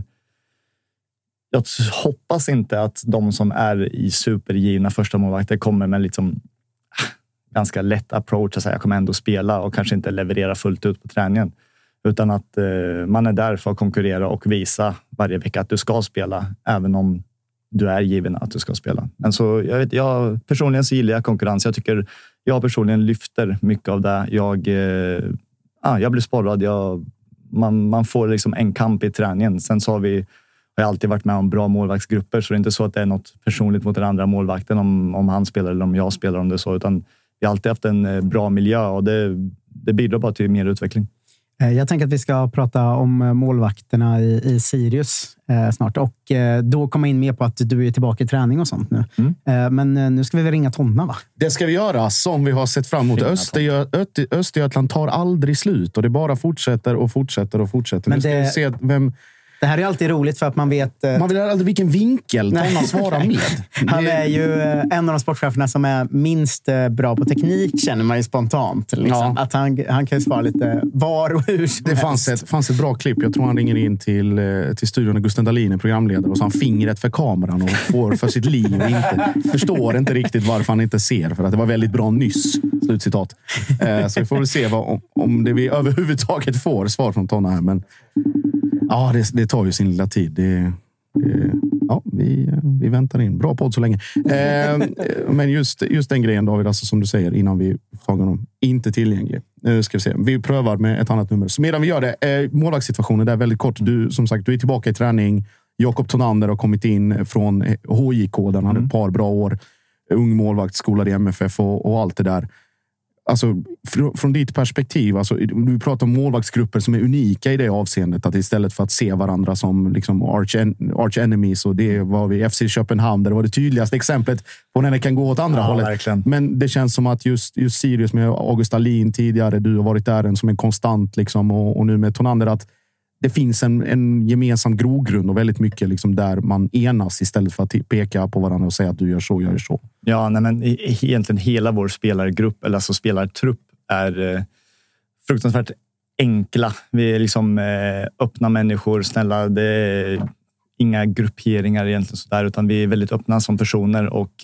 jag hoppas inte att de som är i supergivna första målvakter kommer med liksom ganska lätt approach att säga jag kommer ändå spela och kanske inte leverera fullt ut på träningen. Utan att man är där för att konkurrera och visa varje vecka att du ska spela även om du är given att du ska spela. Men så jag personligen så gillar jag konkurrens. Jag tycker jag personligen lyfter mycket av det. Jag blir sporrad. Man får liksom en kamp i träningen. Sen så har jag alltid varit med om bra målvaktsgrupper så det är inte så att det är något personligt mot den andra målvakten om han spelar eller om jag spelar om det är så, utan vi har alltid haft en bra miljö och det bidrar bara till mer utveckling. Jag tänker att vi ska prata om målvakterna i Sirius snart och då komma in mer på att du är tillbaka i träning och sånt nu. Men nu ska vi väl ringa Tonna, va? Det ska vi göra, som vi har sett fram emot. Östergötland tar aldrig slut och det bara fortsätter och fortsätter och fortsätter. Men nu ska vi se vem... Det här är alltid roligt för att man vet... Man vill aldrig vilken vinkel Tonna svarar med. Han är ju en av de sportcheferna som är minst bra på teknik, känner man ju spontant. Liksom. Ja. Att han kan ju svara lite var och hur som Det fanns ett bra klipp. Jag tror han ringer in till studion när Gusten Dahlin är programledare och så han fingret för kameran och får för sitt liv och förstår inte riktigt varför han inte ser. För att det var väldigt bra nyss. Så Slutcitat. Så vi får väl se om det vi överhuvudtaget får svar från Tonna här. Men ja, det tar ju sin lilla tid. Ja, vi väntar in. Bra podd så länge. Men just den grejen, David, alltså som du säger innan vi tar honom, inte tillgänglig. Nu ska vi se. Vi prövar med ett annat nummer. Så medan vi gör det, målvaktssituationen där väldigt kort. Du är tillbaka i träning. Jakob Tonander har kommit in från HJK där han hade ett par bra år. Ung målvakt, skolad i MFF och allt det där. Alltså, från ditt perspektiv, alltså, du pratar om målvaktsgrupper som är unika i det avseendet, att istället för att se varandra som liksom arch enemies, och det var vi FC Köpenhamn, där det var det tydligaste exemplet på när det kan gå åt andra hållet. Verkligen. Men det känns som att just Sirius med August Alin tidigare, du har varit där som en konstant liksom, och nu med Tonander, att det finns en gemensam grogrund och väldigt mycket liksom där man enas istället för att peka på varandra och säga att du gör så, gör så. Ja, nej, men egentligen hela vår spelargrupp, eller alltså spelartrupp, är fruktansvärt enkla. Vi är liksom öppna människor, snälla. Det är inga grupperingar egentligen sådär, utan vi är väldigt öppna som personer och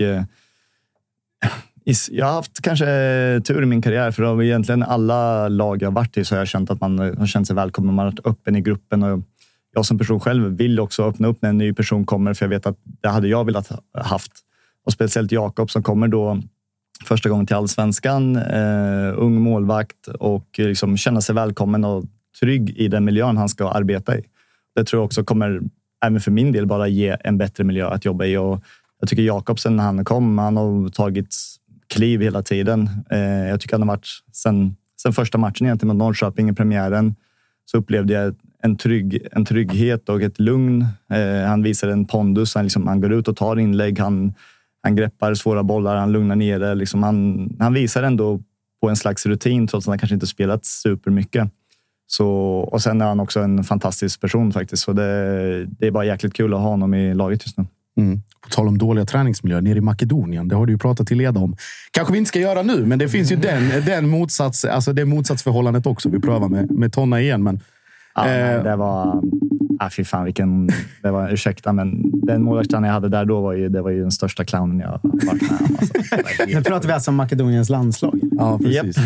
jag har haft kanske tur i min karriär, för av egentligen alla lag jag varit i så har jag känt att man har känt sig välkommen, man har varit öppen i gruppen, och jag som person själv vill också öppna upp när en ny person kommer, för jag vet att det hade jag velat haft. Och speciellt Jakob som kommer då första gången till Allsvenskan, ung målvakt, och liksom känna sig välkommen och trygg i den miljön han ska arbeta i. Det tror jag också kommer, även för min del, bara ge en bättre miljö att jobba i. Och jag tycker Jakob, sen när han kom, han har tagit kliv hela tiden. Jag tycker han har varit sen första matchen egentligen mot Norrköping i premiären, så upplevde jag en trygghet och ett lugn. Han visar en pondus, han går ut och tar inlägg, han greppar svåra bollar, han lugnar ner det. Liksom han visar ändå på en slags rutin, trots att han kanske inte spelat supermycket. Så, och sen är han också en fantastisk person faktiskt. Så det är bara jäkligt kul att ha honom i laget just nu. På tal om dåliga träningsmiljöer nere i Makedonien, det har du ju pratat till Leda om. Kanske vi inte ska göra nu, men det finns ju den motsats, alltså det motsatsförhållandet också. Vi prövar med Tonna igen, men det var fy fan det var, ursäkta, men den målvakten jag hade där då var ju den största clownen jag varit med om. Alltså. Nu pratar vi alltså om Makedoniens landslag. Ja, precis.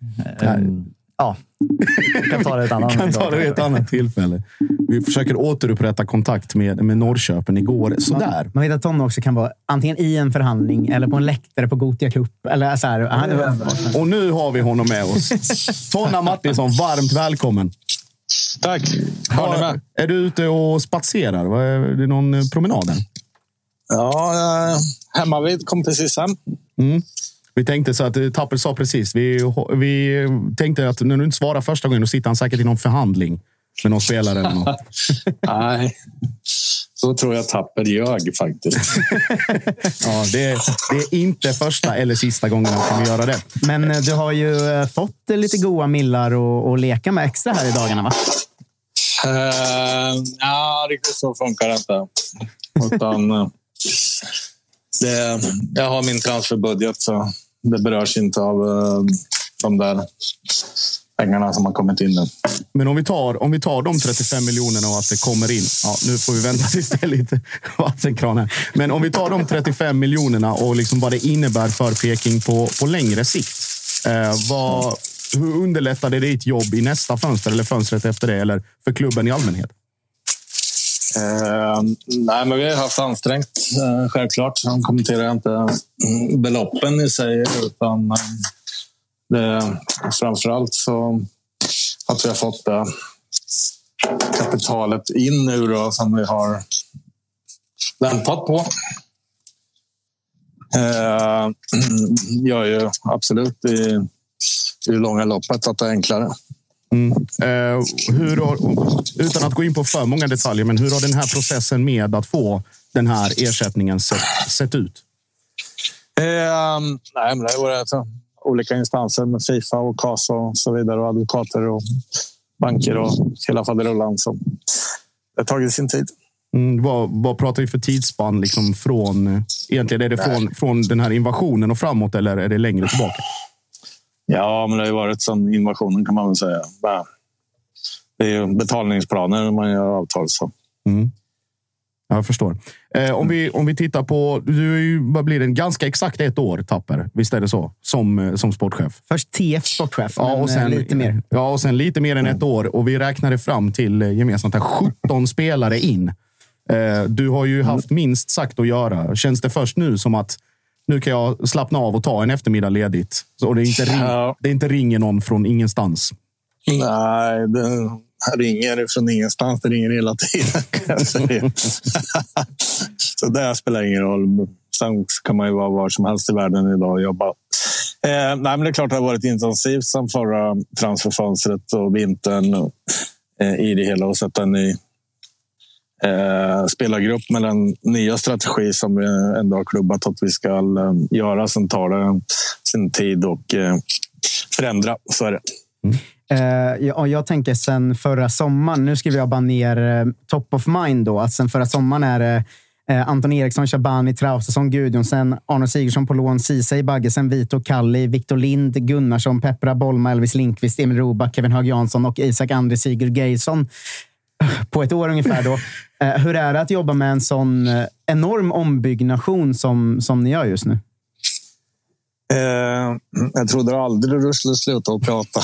Ja, vi kan ta det ett annat tillfälle. Vi försöker återupprätta kontakt med Norrköpen igår. Sådär. Man vet att Tonna också kan vara antingen i en förhandling eller på en läktare på Gothia Cup. Eller så här. Och nu har vi honom med oss. Tonna Martinsson, varmt välkommen. Tack. Är du ute och spatserar? Är det någon promenad? Ja, hemma vid kom precis hem. Vi tänkte så att Tapper sa precis. Vi tänkte att när du inte svarar första gången, då sitter han säkert i någon förhandling med någon spelare eller något. Nej, så tror jag Tapper ljög faktiskt. Ja, det är inte första eller sista gången att kan vi göra det. Men du har ju fått lite goa millar och leka med extra här i dagarna, va? Ja, riktigt så funkar det inte. Utan jag har min transferbudget, så det berörs inte av de där pengarna som har kommit in nu. Men om vi tar de 35 miljonerna och att det kommer in. Ja, nu får vi vänta tills det är lite vattenkran här. Men om vi tar de 35 miljonerna och liksom vad det innebär för Peking på längre sikt. Hur underlättar det ditt jobb i nästa fönster eller fönstret efter det, eller för klubben i allmänhet? Nej, men vi har haft ansträngt, självklart. Han kommenterar inte beloppen i sig, utan framförallt så att vi har fått kapitalet in nu då, som vi har väntat på. Gör ju absolut i det långa loppet att det är enklare. Utan att gå in på för många detaljer, men hur har den här processen med att få den här ersättningen sett ut? Nej, men det var alltså olika instanser med FIFA och KAS och så vidare, och advokater och banker och hela faderullan, så det har tagit sin tid. Vad pratar vi för tidsspann liksom från, egentligen är det från den här invasionen och framåt, eller är det längre tillbaka? Ja, men det har ju varit som invasionen, kan man väl säga. Det är ju betalningsplaner när man gör avtal. Så. Jag förstår. Om vi tittar på... vad blir det? Ganska exakt 1 år, Tapper. Visst är det så? Som sportchef. Först TF sportchef, ja, och sen lite mer. Ja, och sen lite mer än 1 år. Och vi räknade fram till gemensamt 17 spelare in. Du har ju haft minst sagt att göra. Känns det först nu som att nu kan jag slappna av och ta en eftermiddag ledigt? Så det inte ringer någon från ingenstans? Nej, det ringer från ingenstans. Det ringer hela tiden. Så det spelar ingen roll. Sen kan man ju vara var som helst i världen idag och jobba. Nej, men det är klart att det har varit intensivt som förra transferfönstret och vintern i det hela och sätta en ny spelargrupp med den nya strategi som vi ändå har klubbat att vi ska göra. Sen tar det sin tid och förändra. Så är det. Jag tänker sen förra sommaren, nu skriver jag bara ner top of mind då, att sen förra sommaren är det Anton Eriksson, Shabani, Traustason, Gudjonsen, Arne Sigurdsson på lån, Ceesay, Baggesen, Vito, Kalli, Victor Lind, Gunnarsson, Peppra, Bolma, Elvis Lindqvist, Emil Roback, Kevin Hög Jansson och Isak André Sigurd Geirsson på 1 år ungefär då. Hur är det att jobba med en sån enorm ombyggnation som ni gör just nu? Jag trodde aldrig du skulle sluta att prata.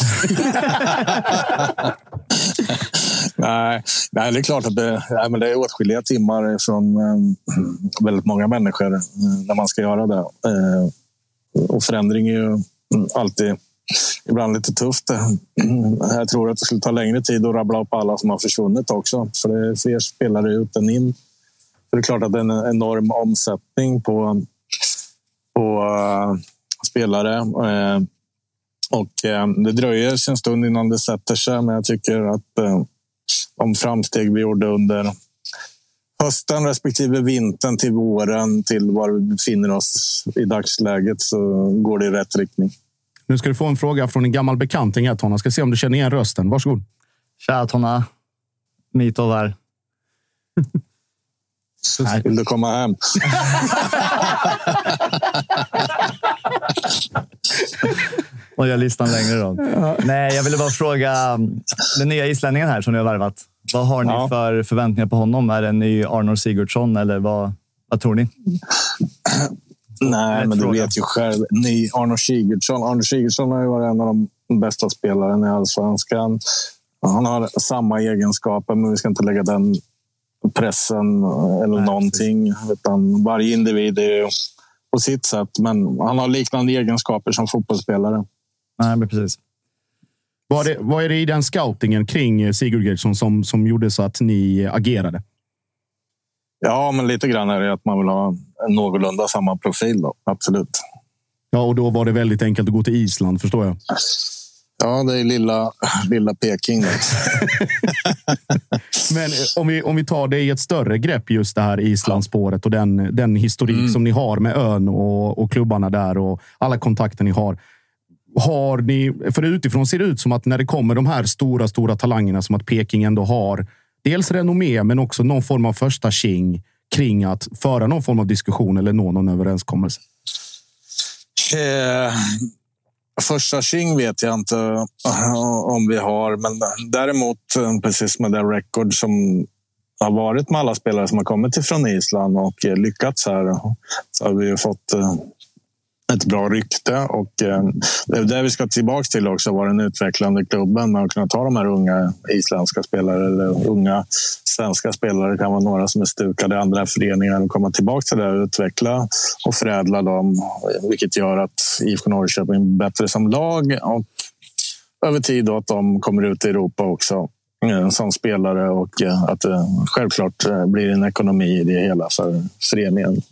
Nej, det är klart att det är åtskilliga timmar från väldigt många människor när man ska göra det. Och förändring är ju alltid ibland lite tufft. Jag tror att det skulle ta längre tid att rabbla upp alla som har försvunnit också. För det är fler spelare ut än in. Så det är klart att det är en enorm omsättning på spelare. Och det dröjer en stund innan det sätter sig. Men jag tycker att de framsteg vi gjorde under hösten respektive vintern till våren till var vi befinner oss i dagsläget så går det i rätt riktning. Nu ska du få en fråga från en gammal bekanting här, Tonna. Ska se om du känner igen rösten. Varsågod. Tja, Tonna. Mito här. Vill du komma hem? Och jag listan längre då. Ja. Nej, jag ville bara fråga den nya islänningen här som ni har värvat. Vad har ni för förväntningar på honom? Är det en ny Arnold Sigurdsson eller vad tror ni? Nej, men du vet ju själv. Ny Arnold Sigurdsson. Arnold Sigurdsson har ju varit en av de bästa spelarna i Allsvenskan. Han har samma egenskaper, men vi ska inte lägga den pressen eller någonting. Utan varje individ är ju på sitt sätt. Men han har liknande egenskaper som fotbollsspelare. Nej, men precis. Vad är det i den scoutingen kring Sigurd Geirsson som gjorde så att ni agerade? Ja, men lite grann är det att man vill ha en någorlunda samma profil då. Absolut. Ja, och då var det väldigt enkelt att gå till Island, förstår jag. Ja, det är lilla Peking. Men om vi tar det i ett större grepp, just det här Islandsspåret och den historik som ni har med ön och klubbarna där och alla kontakter ni har. Har ni, för utifrån ser det ut som att när det kommer de här stora talangerna som att Peking ändå har dels renommé men också någon form av första kring att föra någon form av diskussion eller nå någon överenskommelse? Första king vet jag inte om vi har, men däremot precis med den record som har varit med alla spelare som har kommit ifrån Island och lyckats här så har vi ju fått ett bra rykte och det är det vi ska tillbaka till också, var den utvecklande klubben med att kunna ta de här unga isländska spelare eller unga svenska spelare, det kan vara några som är stukade i andra föreningar och komma tillbaka till det och utveckla och förädla dem, vilket gör att IFK Norrköping är bättre som lag och över tid då att de kommer ut i Europa också som spelare och att det självklart blir en ekonomi i det hela för föreningen.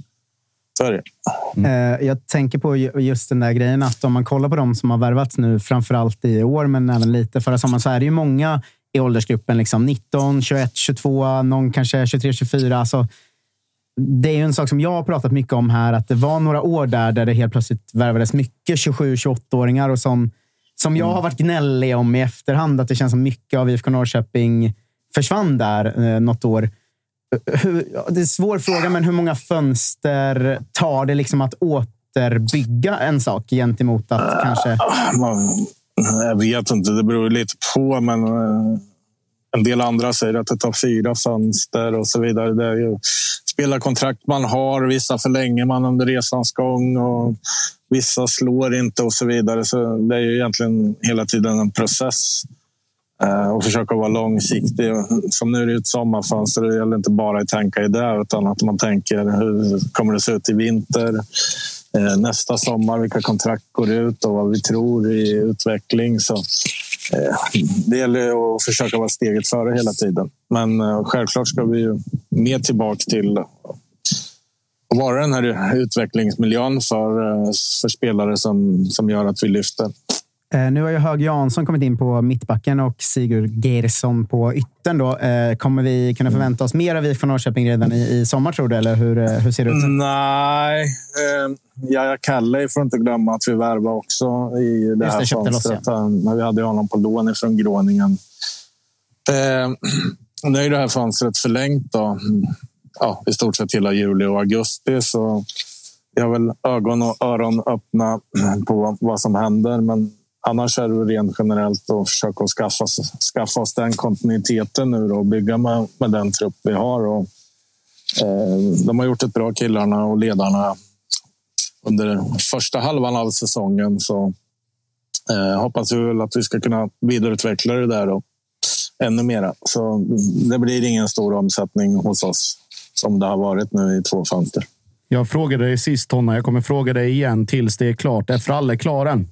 Jag tänker på just den där grejen att om man kollar på dem som har värvats nu, framförallt i år men även lite förra sommaren, så är det ju många i åldersgruppen liksom 19, 21, 22, någon kanske 23, 24. Alltså, det är ju en sak som jag har pratat mycket om här, att det var några år där det helt plötsligt värvades mycket 27-28-åringar och som jag har varit gnällig om i efterhand, att det känns som mycket av IFK Norrköping försvann där något år. Det är en svår fråga, men hur många fönster tar det liksom att återbygga en sak gentemot att kanske... Jag vet inte, det beror lite på, men en del andra säger att det tar 4 fönster och så vidare. Det är ju spelarkontrakt man har, vissa förlänger man under resans gång och vissa slår inte och så vidare. Så det är ju egentligen hela tiden en process och försöka vara långsiktig. Som nu är det ett sommarfönster, det gäller inte bara att tänka i det utan att man tänker hur kommer det se ut i vinter, nästa sommar, vilka kontrakt går ut och vad vi tror i utveckling. Så det gäller att försöka vara steget före hela tiden. Men självklart ska vi ju mer tillbaka till att vara den här utvecklingsmiljön för spelare som gör att vi lyfter. Nu har ju Hög Jansson kommit in på mittbacken och Sigurd Gersson på yttern. Då. Kommer vi kunna förvänta oss mer av IFK Norrköping redan i sommar, tror du? Eller hur ser det ut? Nej, jag Kalle får inte glömma att vi värvar också i det här fönstret. När vi hade honom på lån från Groningen. Nu är det här fönstret förlängt då. Ja, i stort sett hela juli och augusti. Så jag har väl ögon och öron öppna på vad som händer. Men annars är det rent generellt att försöka skaffa oss den kontinuiteten nu då, och bygga med den trupp vi har. Och, de har gjort ett bra, killarna och ledarna, under första halvan av säsongen. Så hoppas vi väl att vi ska kunna vidareutveckla det där och ännu mera. Så det blir ingen stor omsättning hos oss som det har varit nu i 2 fönster. Jag frågade dig sist, Tonna. Jag kommer fråga dig igen tills det är klart. Är Fralle klar än?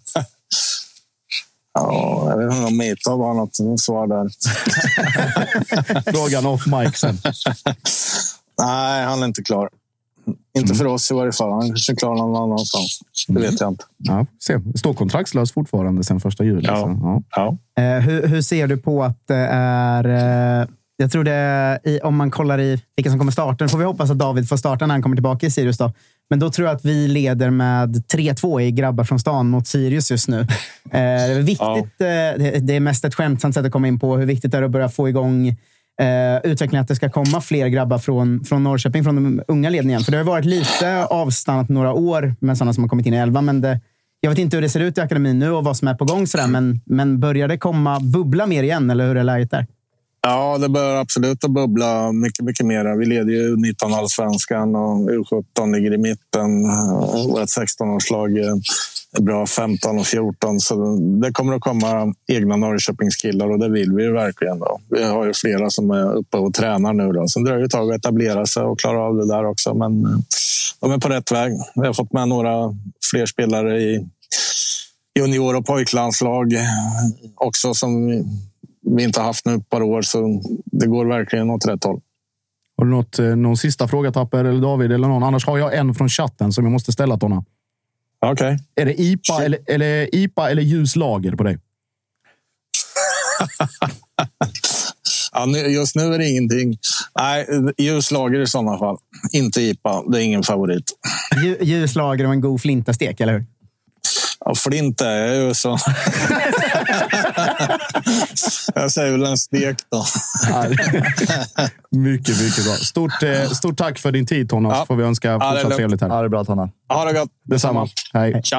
Ja, jag vet inte om Meta var något svar där. Frågan off mic sen. Nej, han är inte klar. Inte för oss i varje fall. Han kanske är klar någon annanstans. Det vet jag inte. Ja, se. Det står kontraktslös fortfarande sen 1 juli. Ja. Ja. Hur ser du på att det är... Jag tror det om man kollar i vilka som kommer starta, får vi hoppas att David får starta när han kommer tillbaka i Sirius då. Men då tror jag att vi leder med 3-2 i grabbar från stan mot Sirius just nu. Det är viktigt. Ja. Det är mest ett skämtsamt sätt att komma in på hur viktigt det är att börja få igång utvecklingen, att det ska komma fler grabbar från Norrköping, från de unga ledningen. För det har varit lite avstannat några år med sådana som har kommit in i 11, men jag vet inte hur det ser ut i akademin nu och vad som är på gång sådär, men börjar det komma bubbla mer igen, eller hur är läget där? Ja, det bör absolut att bubbla mycket, mycket mer. Vi leder ju 19 allsvenskan och U17 ligger i mitten. Vårt 16-årslag är bra 15 och 14. Så det kommer att komma egna Norrköpingskillar och det vill vi ju verkligen. Då. Vi har ju flera som är uppe och tränar nu. Då. Sen dröjer det ett tag att etablera sig och klara av det där också. Men de är på rätt väg. Vi har fått med några fler spelare i junior- och pojklandslag också som vi inte haft nu ett par år, så det går verkligen åt rätt håll. Har du någon sista fråga, Tapper eller David eller någon? Annars har jag en från chatten som jag måste ställa, Tonna. Okej. Är det IPA eller ljus lager på dig? Ja, just nu är det ingenting. Nej, ljus lager i sådana fall. Inte IPA, det är ingen favorit. Ljus lager och en god flintastek, eller hur? Ja, flinta är ju så. Jag säger väl en stek då. Mycket, mycket bra. Stort tack för din tid, Tonna. Så får vi önska fortsatt trevligt här. Ja, det är bra, Tonna. Ha det gott. Detsamma. Hej. Tja.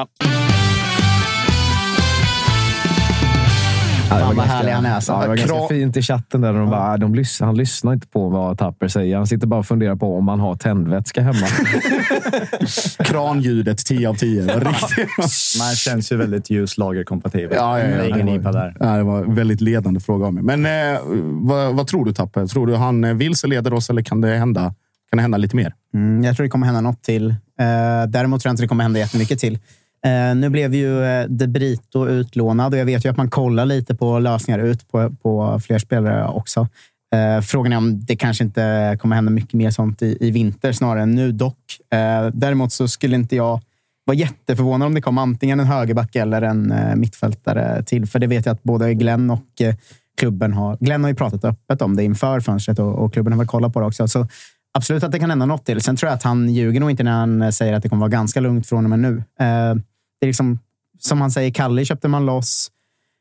Ja, vad härlig han är. Alltså. Ja, det var ganska fint i chatten där. Han lyssnar inte på vad Tapper säger. Han sitter bara och funderar på om man har tändvätska hemma. Kranljudet 10 av 10. Man känns ju väldigt ljuslagerkompatibel. Ja, ingen IPA där. Ja, det var en väldigt ledande fråga av mig. Men vad tror du, Tapper? Tror du han vilseleder oss eller kan det hända lite mer? Jag tror det kommer hända något till. Däremot tror jag inte det kommer hända jättemycket till. Nu blev ju De Brito utlånad och jag vet ju att man kollar lite på lösningar ut på fler spelare också. Frågan är om det kanske inte kommer hända mycket mer sånt i vinter snarare än nu dock. Däremot så skulle inte jag vara jätteförvånad om det kom antingen en högerback eller en mittfältare till. För det vet jag att både Glenn och klubben Glenn har ju pratat öppet om det inför fönstret och klubben har väl kollat på det också. Så absolut att det kan hända något till. Sen tror jag att han ljuger nog inte när han säger att det kommer vara ganska lugnt från och med nu. Det är liksom, som han säger, Kalle köpte man loss.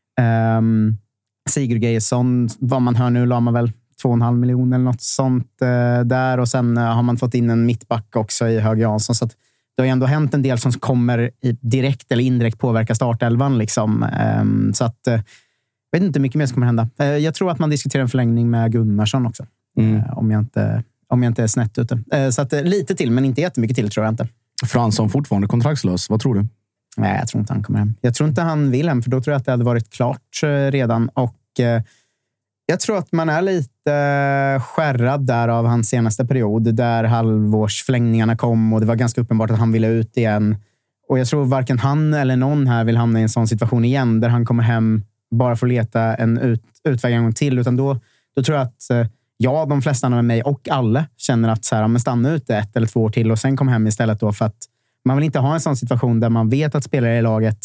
Sigurd Geisson, vad man hör nu, la man väl 2,5 miljoner eller något sånt där. Och sen har man fått in en mittback också i Hög Jansson. Så att det har ju ändå hänt en del som kommer direkt eller indirekt påverka startelvan. Liksom. Så att, vet inte mycket mer som kommer hända. Jag tror att man diskuterar en förlängning med Gunnarsson också. Om jag inte är snett ute. Så att, lite till, men inte jättemycket till tror jag inte. Fransson fortfarande kontraktslös. Vad tror du? Nej, jag tror inte han kommer hem. Jag tror inte han vill hem, för då tror jag att det hade varit klart redan. Och jag tror att man är lite skärrad där av hans senaste period, där halvårsförlängningarna kom och det var ganska uppenbart att han ville ut igen. Och jag tror varken han eller någon här vill hamna i en sån situation igen, där han kommer hem bara för att leta en utväg en gång till. Utan då tror jag att de flesta med mig och alla känner att så här, men stanna ute 1 eller 2 år till och sen komma hem istället då, för att man vill inte ha en sån situation där man vet att spelare i laget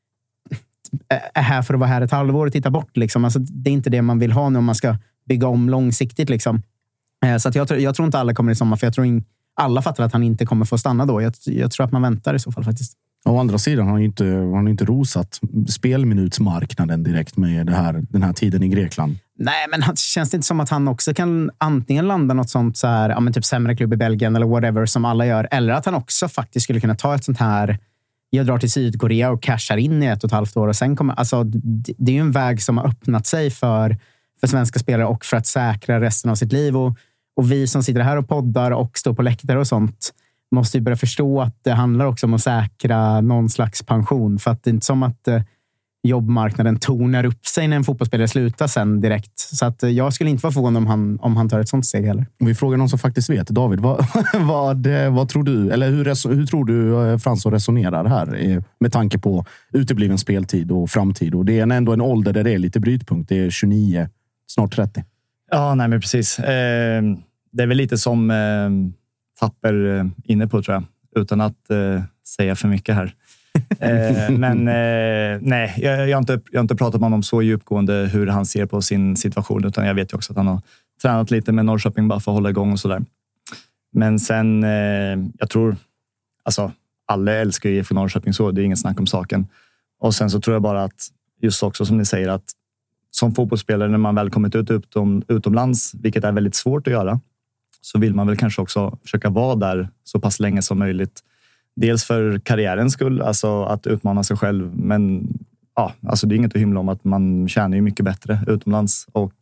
är här för att vara här ett halvår och titta bort. Liksom. Alltså, det är inte det man vill ha nu om man ska bygga om långsiktigt. Liksom. Så att jag tror inte alla kommer i sommar, för jag tror alla fattar att han inte kommer få stanna då. Jag tror att man väntar i så fall faktiskt. Å andra sidan har han inte rosat spelminutsmarknaden direkt med den här tiden i Grekland. Nej, men känns det inte som att han också kan antingen landa något sånt så här, ja, men typ sämre klubb i Belgien eller whatever som alla gör, eller att han också faktiskt skulle kunna ta ett sånt här, jag drar till Sydkorea och cashar in i 1,5 år och sen kommer, alltså det är ju en väg som har öppnat sig för svenska spelare och för att säkra resten av sitt liv, och vi som sitter här och poddar och står på läktare och sånt måste ju börja förstå att det handlar också om att säkra någon slags pension, för att det är inte som att jobbmarknaden tonar upp sig när en fotbollsspelare slutar sen direkt. Så att jag skulle inte vara förvånad om han tar ett sånt steg heller. Vi frågar någon som faktiskt vet. David, vad tror du? Eller hur tror du Fransson resonerar här med tanke på utebliven speltid och framtid? Och det är ändå en ålder där det är lite brytpunkt. Det är 29, snart 30. Ja, nej men precis. Det är väl lite som Tapper inne på, tror jag. Utan att säga för mycket här. Men nej, jag har inte pratat med honom så djupgående hur han ser på sin situation, utan jag vet ju också att han har tränat lite med Norrköping bara för att hålla igång och sådär. Men sen, jag tror, alltså alla älskar ju IFK Norrköping, så det är ingen snack om saken. Och sen så tror jag bara att, just också som ni säger, att som fotbollsspelare när man väl kommit ut utomlands, vilket är väldigt svårt att göra, så vill man väl kanske också försöka vara där så pass länge som möjligt. Dels för karriärens skull, alltså att utmana sig själv. Men ja, alltså det är inget att hymla om att man tjänar ju mycket bättre utomlands. Och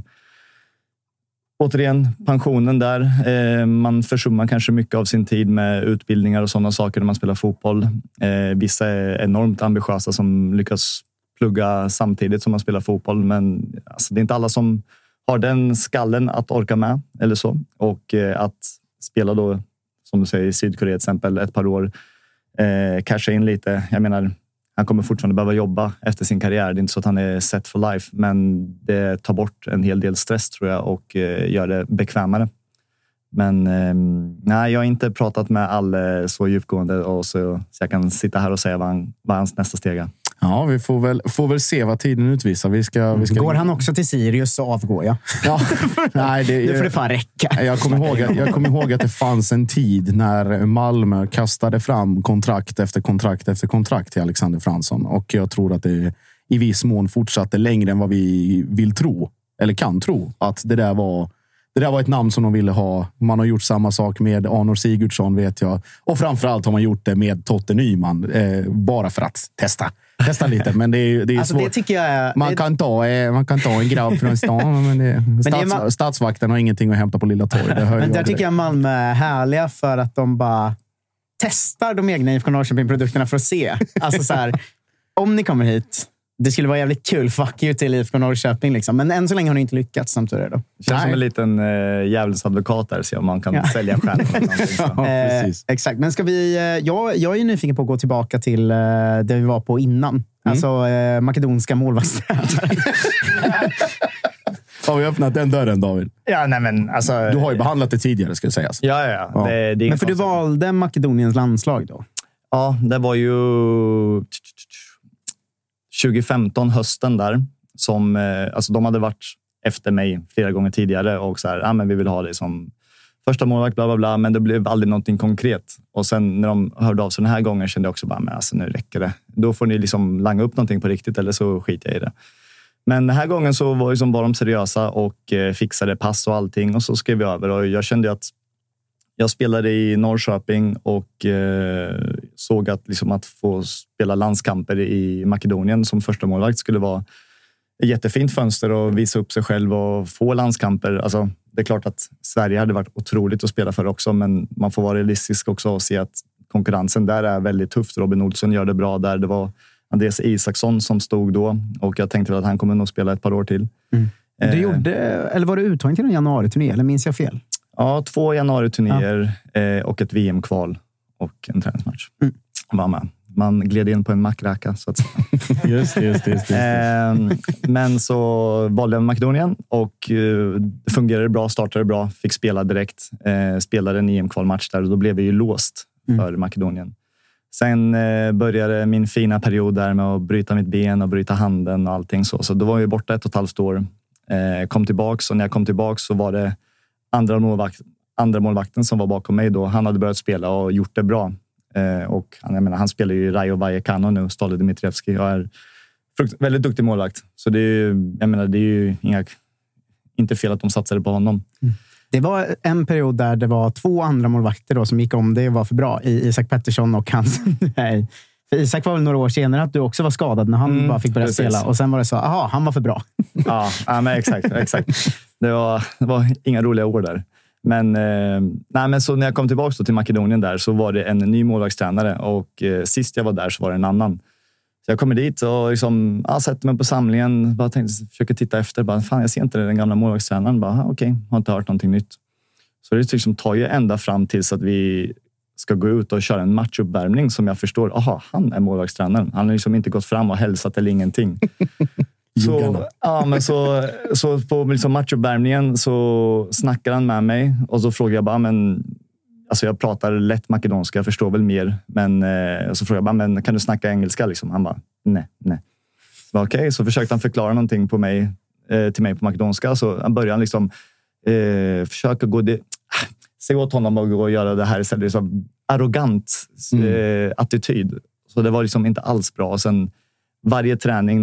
återigen, pensionen där. Man försummar kanske mycket av sin tid med utbildningar och sådana saker när man spelar fotboll. Vissa är enormt ambitiösa som lyckas plugga samtidigt som man spelar fotboll. Men alltså, det är inte alla som har den skallen att orka med eller så. Och att spela då, som du säger, i Sydkorea till exempel, ett par år, casha in lite. Jag menar, han kommer fortfarande behöva jobba efter sin karriär. Det är inte så att han är set for life, men det tar bort en hel del stress, tror jag, och gör det bekvämare. Men nej, jag har inte pratat med alla så djupgående och så jag kan sitta här och säga vad hans nästa steg är. Ja, vi får väl se vad tiden utvisar. Vi ska... Går han också till Sirius så avgår jag. Ja. Nej, nu får det fan räcka. Jag kommer ihåg att det fanns en tid när Malmö kastade fram kontrakt efter kontrakt efter kontrakt till Alexander Fransson. Och jag tror att det i viss mån fortsatte längre än vad vi vill tro, eller kan tro, att det där var ett namn som de ville ha. Man har gjort samma sak med Arnor Sigurdsson, vet jag. Och framförallt har man gjort det med Totte Nyman. Bara för att testa lite. Men det är alltså, svårt. Det tycker jag, man kan ta en grabb från stan. Men statsvakten har ingenting att hämta på Lilla Torg. Men där tycker jag Malmö är härliga för att de bara testar de egna IFK Norrköping-produkterna för att se. Alltså så här, om ni kommer hit... Det skulle vara jävligt kul. Fuck you till IFK Norrköping. Liksom. Men än så länge har ni inte lyckats, som tur är då. Det känns som en liten djävulens advokat där. Så om man kan sälja själv. Exakt. Men ska vi... Jag är nyfiken på att gå tillbaka till det vi var på innan. Alltså makedonska målvaktstränare. Har vi öppnat den dörren, David? Ja, nej men alltså... Du har ju behandlat det tidigare, ska sägas. Ja. Det men för du valde Makedoniens landslag då? Ja, det var ju... 2015, hösten där, som alltså de hade varit efter mig flera gånger tidigare och så här, men vi vill ha det som första målvakt, bla bla bla, men det blev aldrig någonting konkret. Och sen när de hörde av sig den här gången kände jag också bara, men alltså nu räcker det. Då får ni liksom langa upp någonting på riktigt eller så skiter jag i det. Men den här gången så var de seriösa och fixade pass och allting och så skrev vi över och jag kände att jag spelade i Norrköping och såg att, liksom, att få spela landskamper i Makedonien som första målvakt skulle vara ett jättefint fönster att visa upp sig själv och få landskamper. Alltså, det är klart att Sverige hade varit otroligt att spela för också, men man får vara realistisk också och se att konkurrensen där är väldigt tufft. Robin Olsson gör det bra där. Det var Andreas Isaksson som stod då och jag tänkte att han kommer nog spela ett par år till. Du gjorde, eller var det uttagning till en januari-turné, eller minns jag fel? Ja, 2 januari-turnéer och ett VM-kval och en träningsmatch. Var med. Man gled in på en mackracka så att säga. Just. Men så valde jag Makedonien och det fungerade bra, startade bra, fick spela direkt. Spelade en EM-kvalmatch där och då blev vi ju låst för Makedonien. Sen började min fina period där med att bryta mitt ben och bryta handen och allting så. Så då var jag borta 1,5 år. Kom tillbaks och när jag kom tillbaks så var det andra målvakten som var bakom mig då. Han hade börjat spela och gjort det bra. Och han spelar ju i Rayo Vallecano nu, Ståle Dmitrievski. Jag är väldigt duktig målvakt. Så det är ju inte fel att de satsade på honom. Det var en period där det var 2 andra målvakter då som gick om det var för bra. Isak Pettersson och Hansen. Nej. För Isak var väl några år senare att du också var skadad när han bara fick börja spela. Och sen var det så, han var för bra. Ja, men exakt. Det var inga roliga år där. Men så när jag kom tillbaka till Makedonien där så var det en ny målvaktstränare och sist jag var där så var det en annan. Så jag kommer dit och liksom, sätter mig på samlingen, bara försöker titta efter, fan jag ser inte den gamla målvaktstränaren, okej, har inte hört någonting nytt. Så det liksom tar ju ända fram tills att vi ska gå ut och köra en matchuppvärmning som jag förstår, han är målvaktstränaren. Han har liksom inte gått fram och hälsat eller ingenting. Så på liksom matchuppvärmningen så snackar han med mig och så frågar jag bara, jag pratar lätt makedonska, jag förstår väl mer, men så frågar jag bara, kan du snacka engelska liksom? Han bara, nej. Okej, så försökte han förklara någonting till mig på makedonska, så han började liksom försöka säga åt honom att gå och göra det här istället, liksom arrogant attityd. Så det var liksom inte alls bra. Och sen varje träning,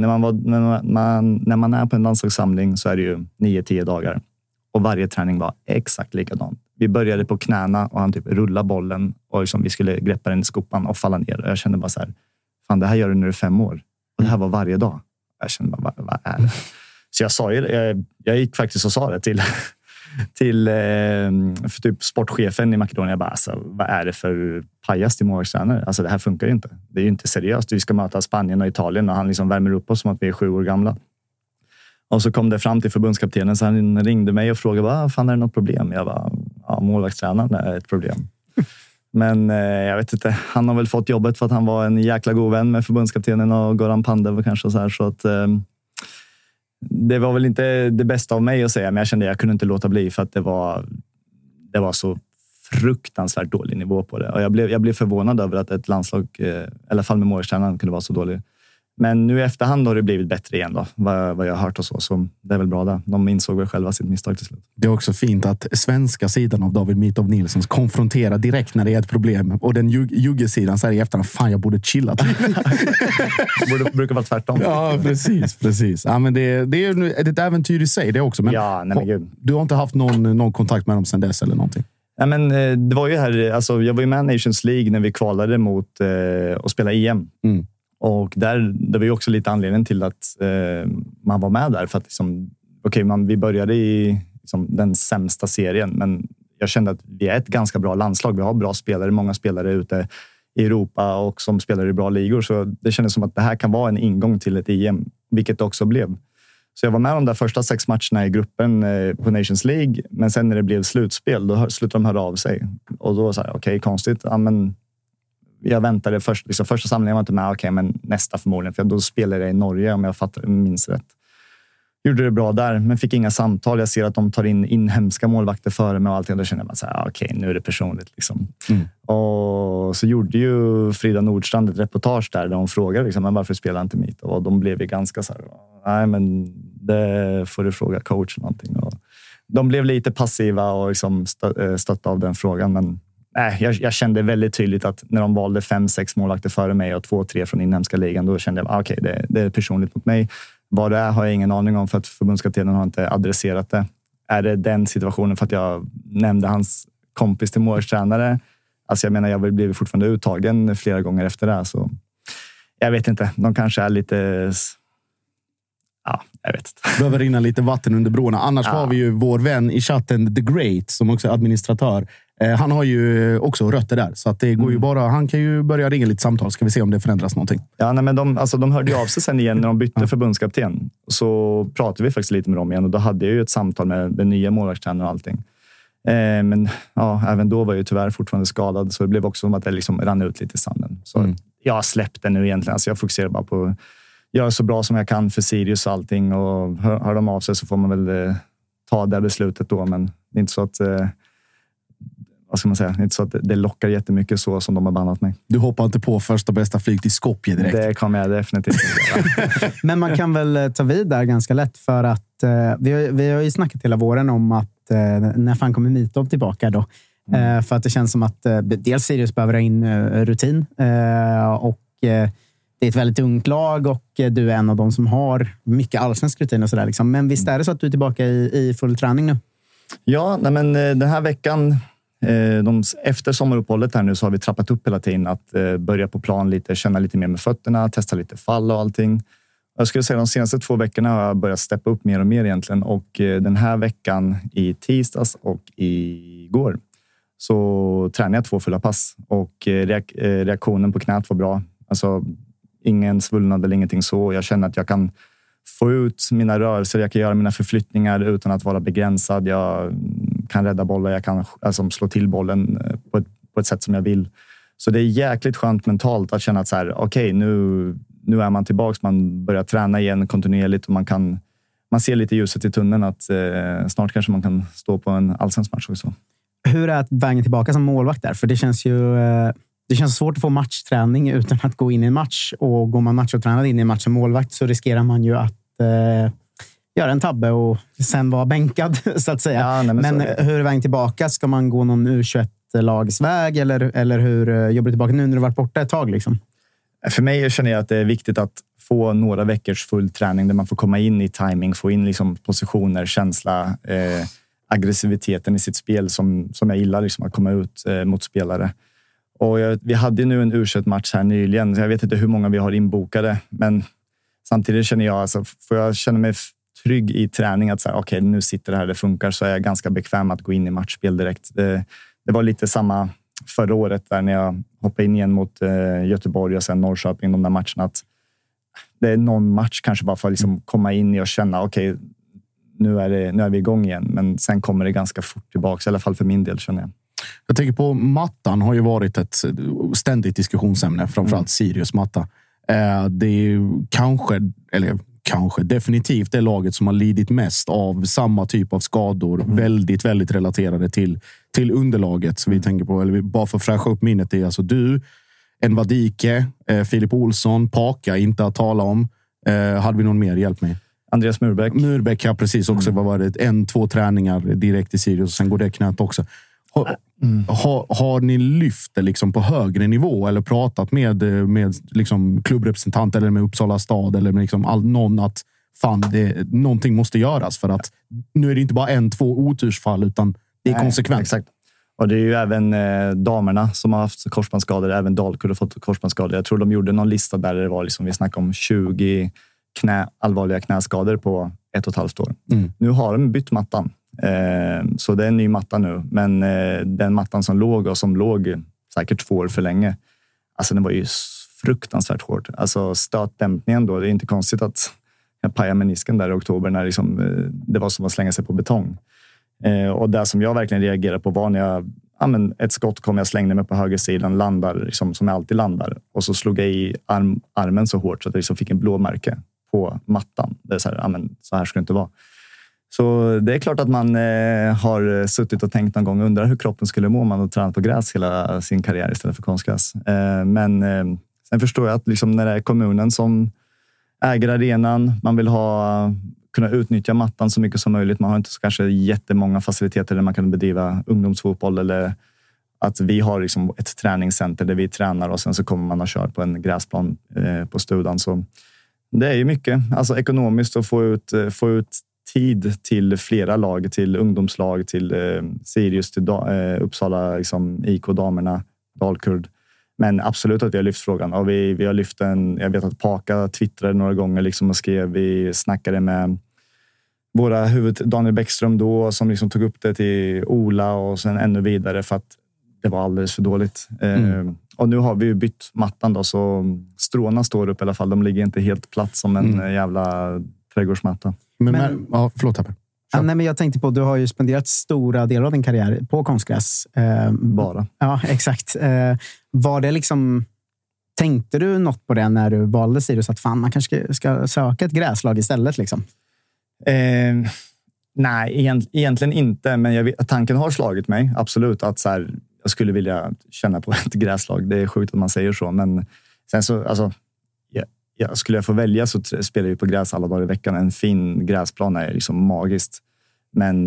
när man är på en landslagssamling så är det ju 9-10 dagar. Och varje träning var exakt likadan. Vi började på knäna och han typ rullade bollen och liksom vi skulle greppa den i skopan och falla ner. Och jag kände bara så här, fan det här gör du när du är 5 år. Och det här var varje dag. Jag kände bara, vad är det? Så jag sa ju, jag gick faktiskt och sa det till för typ sportchefen i Makedonien. Jag bara, vad är det för pajas till målvaktstränare? Alltså det här funkar ju inte. Det är ju inte seriöst. Vi ska möta Spanien och Italien och han liksom värmer upp oss som att vi är 7 år gamla. Och så kom det fram till förbundskaptenen så han ringde mig och frågade, fan är det något problem? Jag bara, målvaktstränaren är ett problem. Men jag vet inte, han har väl fått jobbet för att han var en jäkla god vän med förbundskaptenen och Goran Pandev kanske så här, så att det var väl inte det bästa av mig att säga, men jag kände att jag kunde inte låta bli för att det var så fruktansvärt dålig nivå på det. Och jag blev förvånad över att ett landslag, i alla fall med målvaktstränaren, kunde vara så dålig. Men nu i efterhand har det blivit bättre igen då, vad jag har hört och så det är väl bra där. De insåg väl själva sitt misstag till slut. Det är också fint att svenska sidan av David Mitov Nilsson konfronterar direkt när det är ett problem. Och den juggesidan säger i efterhand, fan jag borde chilla. Det brukar vara tvärtom. Ja, precis. Ja, men det är ett äventyr i sig det också. Men du har inte haft någon kontakt med dem sedan dess eller någonting? Ja, men det var ju här, alltså, jag var ju med i Nations League när vi kvalade mot att spela EM. Och det var ju också lite anledningen till att man var med där. För att liksom, vi började i liksom, den sämsta serien. Men jag kände att vi är ett ganska bra landslag. Vi har bra spelare, många spelare ute i Europa och som spelar i bra ligor. Så det kändes som att det här kan vara en ingång till ett EM. Vilket det också blev. Så jag var med de där första 6 matcherna i gruppen på Nations League. Men sen när det blev slutspel, då slutade de höra av sig. Och då var det konstigt. Ja, men jag väntade första samlingen var inte med. Men nästa förmodligen. För då spelade jag i Norge om jag minns rätt. Gjorde det bra där, men fick inga samtal. Jag ser att de tar in inhemska målvakter före mig och allting. Då kände jag bara nu är det personligt. Liksom. Och så gjorde ju Frida Nordstrand ett reportage där de frågade liksom, men varför spelar inte mitt? Och de blev ju ganska så här, nej men det får du fråga coach någonting. Och de blev lite passiva och liksom stötta av den frågan, men jag kände väldigt tydligt att när de valde 5-6 målvakter före mig och 2-3 från inhemska ligan, då kände jag det är personligt mot mig. Vad det är har jag ingen aning om för att förbundskaptenen har inte adresserat det. Är det den situationen för att jag nämnde hans kompis till målvaktstränare? Alltså jag menar, jag blev fortfarande uttagen flera gånger efter det. Så jag vet inte, de kanske är lite Ja, jag vet inte. Behöver rinna lite vatten under broarna. Annars har vi ju vår vän i chatten, The Great, som också är administratör. Han har ju också rötter där. Så att det går ju bara... Han kan ju börja ringa lite samtal. Ska vi se om det förändras någonting. Ja, nej, men de hörde ju av sig sen igen när de bytte förbundskapten. Så pratade vi faktiskt lite med dem igen. Och då hade jag ju ett samtal med den nya målvaktstränaren och allting. Men ja, även då var jag ju tyvärr fortfarande skadad. Så det blev också som att det liksom rann ut lite i sanden. Så jag har släppt det nu egentligen. Alltså jag fokuserar bara på att göra så bra som jag kan för Sirius och allting. Och hör de av sig så får man väl ta det beslutet då. Men det är inte så att... vad ska man säga? Det är inte så att det lockar jättemycket så som de har bannat mig. Du hoppar inte på första bästa flyg till Skopje direkt? Det kommer jag definitivt inte. Men man kan väl ta vid där ganska lätt för att vi har ju snackat hela våren om att när fan kommer Mitov tillbaka då? För att det känns som att dels Sirius behöver ha in rutin och det är ett väldigt ungt lag och du är en av dem som har mycket allsvensk rutin och sådär. Liksom. Men visst är det så att du är tillbaka i full träning nu? Ja, nej, men den här veckan efter sommaruppehållet här nu så har vi trappat upp hela tiden att börja på plan lite, känna lite mer med fötterna, testa lite fall och allting. Jag skulle säga de senaste 2 veckorna har jag börjat steppa upp mer och mer egentligen och den här veckan i tisdags och igår så tränade jag 2 fulla pass och reaktionen på knät var bra. Alltså ingen svullnad eller ingenting så. Jag känner att jag kan få ut mina rörelser, jag kan göra mina förflyttningar utan att vara begränsad. Jag kan rädda bollar, jag kan slå till bollen på ett sätt som jag vill. Så det är jäkligt skönt mentalt att känna att så här, okej, nu är man tillbaka, man börjar träna igen kontinuerligt och man ser lite ljuset i tunneln att snart kanske man kan stå på en allsvensk match också. Hur är att vägen tillbaka som målvakt där? För det känns ju... Det känns svårt att få matchträning utan att gå in i en match. Och går man match och tränar in i en match som målvakt så riskerar man ju att göra en tabbe och sen vara bänkad, så att säga. Ja, men hur är vägen tillbaka? Ska man gå någon U21-lagsväg? Eller hur jobbar du tillbaka nu när du varit borta ett tag? Liksom? För mig känner jag att det är viktigt att få några veckors full träning där man får komma in i timing, få in liksom positioner, känsla, aggressiviteten i sitt spel som jag gillar liksom, att komma ut mot spelare. Och vi hade nu en U21-match här nyligen. Så jag vet inte hur många vi har inbokade. Men samtidigt känner jag, alltså, får jag känna mig trygg i träning att säga, okej, nu sitter det här, det funkar. Så är jag ganska bekväm att gå in i matchspel direkt. Det var lite samma förra året där när jag hoppade in igen mot Göteborg och sen Norrköping, de där matcherna. Att det är någon match kanske bara för att liksom komma in i och känna, okej, nu är vi igång igen. Men sen kommer det ganska fort tillbaka, i alla fall för min del känner jag. Jag tänker på mattan har ju varit ett ständigt diskussionsämne, framförallt Sirius matta. Det är kanske definitivt det laget som har lidit mest av samma typ av skador. Väldigt, väldigt relaterade till underlaget. Så vi tänker på, eller bara för att fräscha upp minnet, det är alltså du, Envadike, Filip Olsson, Paka, inte att tala om. Hade vi någon mer hjälp med? Andreas Murbeck. Murbeck, ja precis. Också var det 1-2 träningar direkt i Sirius och sen går det knät också. Har ni lyft det liksom på högre nivå eller pratat med liksom klubbrepresentant eller med Uppsala stad eller med liksom någon att fan, någonting måste göras för att nu är det inte bara 1-2 otursfall utan det är konsekvent. Exakt. Och det är ju även damerna som har haft korsbandsskador, även Dalkurd har fått korsbandsskador. Jag tror de gjorde någon lista där det var liksom, vi snackade om 20 allvarliga knäskador på 1,5 år. Nu har de bytt mattan. Så det är en ny matta nu. Men den mattan som låg säkert 2 år för länge. Alltså den var ju fruktansvärt hård. Alltså stötdämpningen då. Det är inte konstigt att jag pajade menisken där i oktober när liksom, det var som att slänga sig på betong. Och det som jag verkligen reagerade på var när ett skott kom, jag slängde mig på högersidan, landar liksom, som jag alltid landar. Och så slog jag i armen så hårt så att jag liksom fick en blåmärke på mattan. Det är så här, så här ska det inte vara. Så det är klart att man har suttit och tänkt någon gång, undrar hur kroppen skulle må om man har tränat på gräs hela sin karriär istället för konstgräs. Men sen förstår jag att liksom när det är kommunen som äger arenan, man vill kunna utnyttja mattan så mycket som möjligt. Man har inte så kanske jättemånga faciliteter där man kan bedriva ungdomsfotboll eller att vi har liksom ett träningscenter där vi tränar och sen så kommer man att köra på en gräsplan på studan. Så det är ju mycket, alltså ekonomiskt att få ut tid till flera lag, till ungdomslag, till Sirius, till Uppsala, liksom, IK damerna, Dalkurd. Men absolut att vi har lyft frågan. Och vi har lyft jag vet att Paka twittrade några gånger liksom och skrev, vi snackade med våra Daniel Bäckström då, som liksom tog upp det till Ola och sen ännu vidare för att det var alldeles för dåligt. Och nu har vi ju bytt mattan då, så stråna står upp i alla fall. De ligger inte helt platt som en jävla trädgårdsmatta. Men förlåt Tapper. Nej, men jag tänkte på, du har ju spenderat stora delar av din karriär på konstgräs. Bara. Ja, exakt. Var det liksom... Tänkte du något på det när du valde Sirius? Att fan, man kanske ska söka ett gräslag istället liksom? Nej, egentligen inte. Men tanken har slagit mig, absolut. Att så här, jag skulle vilja känna på ett gräslag. Det är sjukt att man säger så. Men sen så, alltså... skulle jag få välja så spelar jag på gräs alla dagar i veckan. En fin gräsplan är liksom magiskt. Men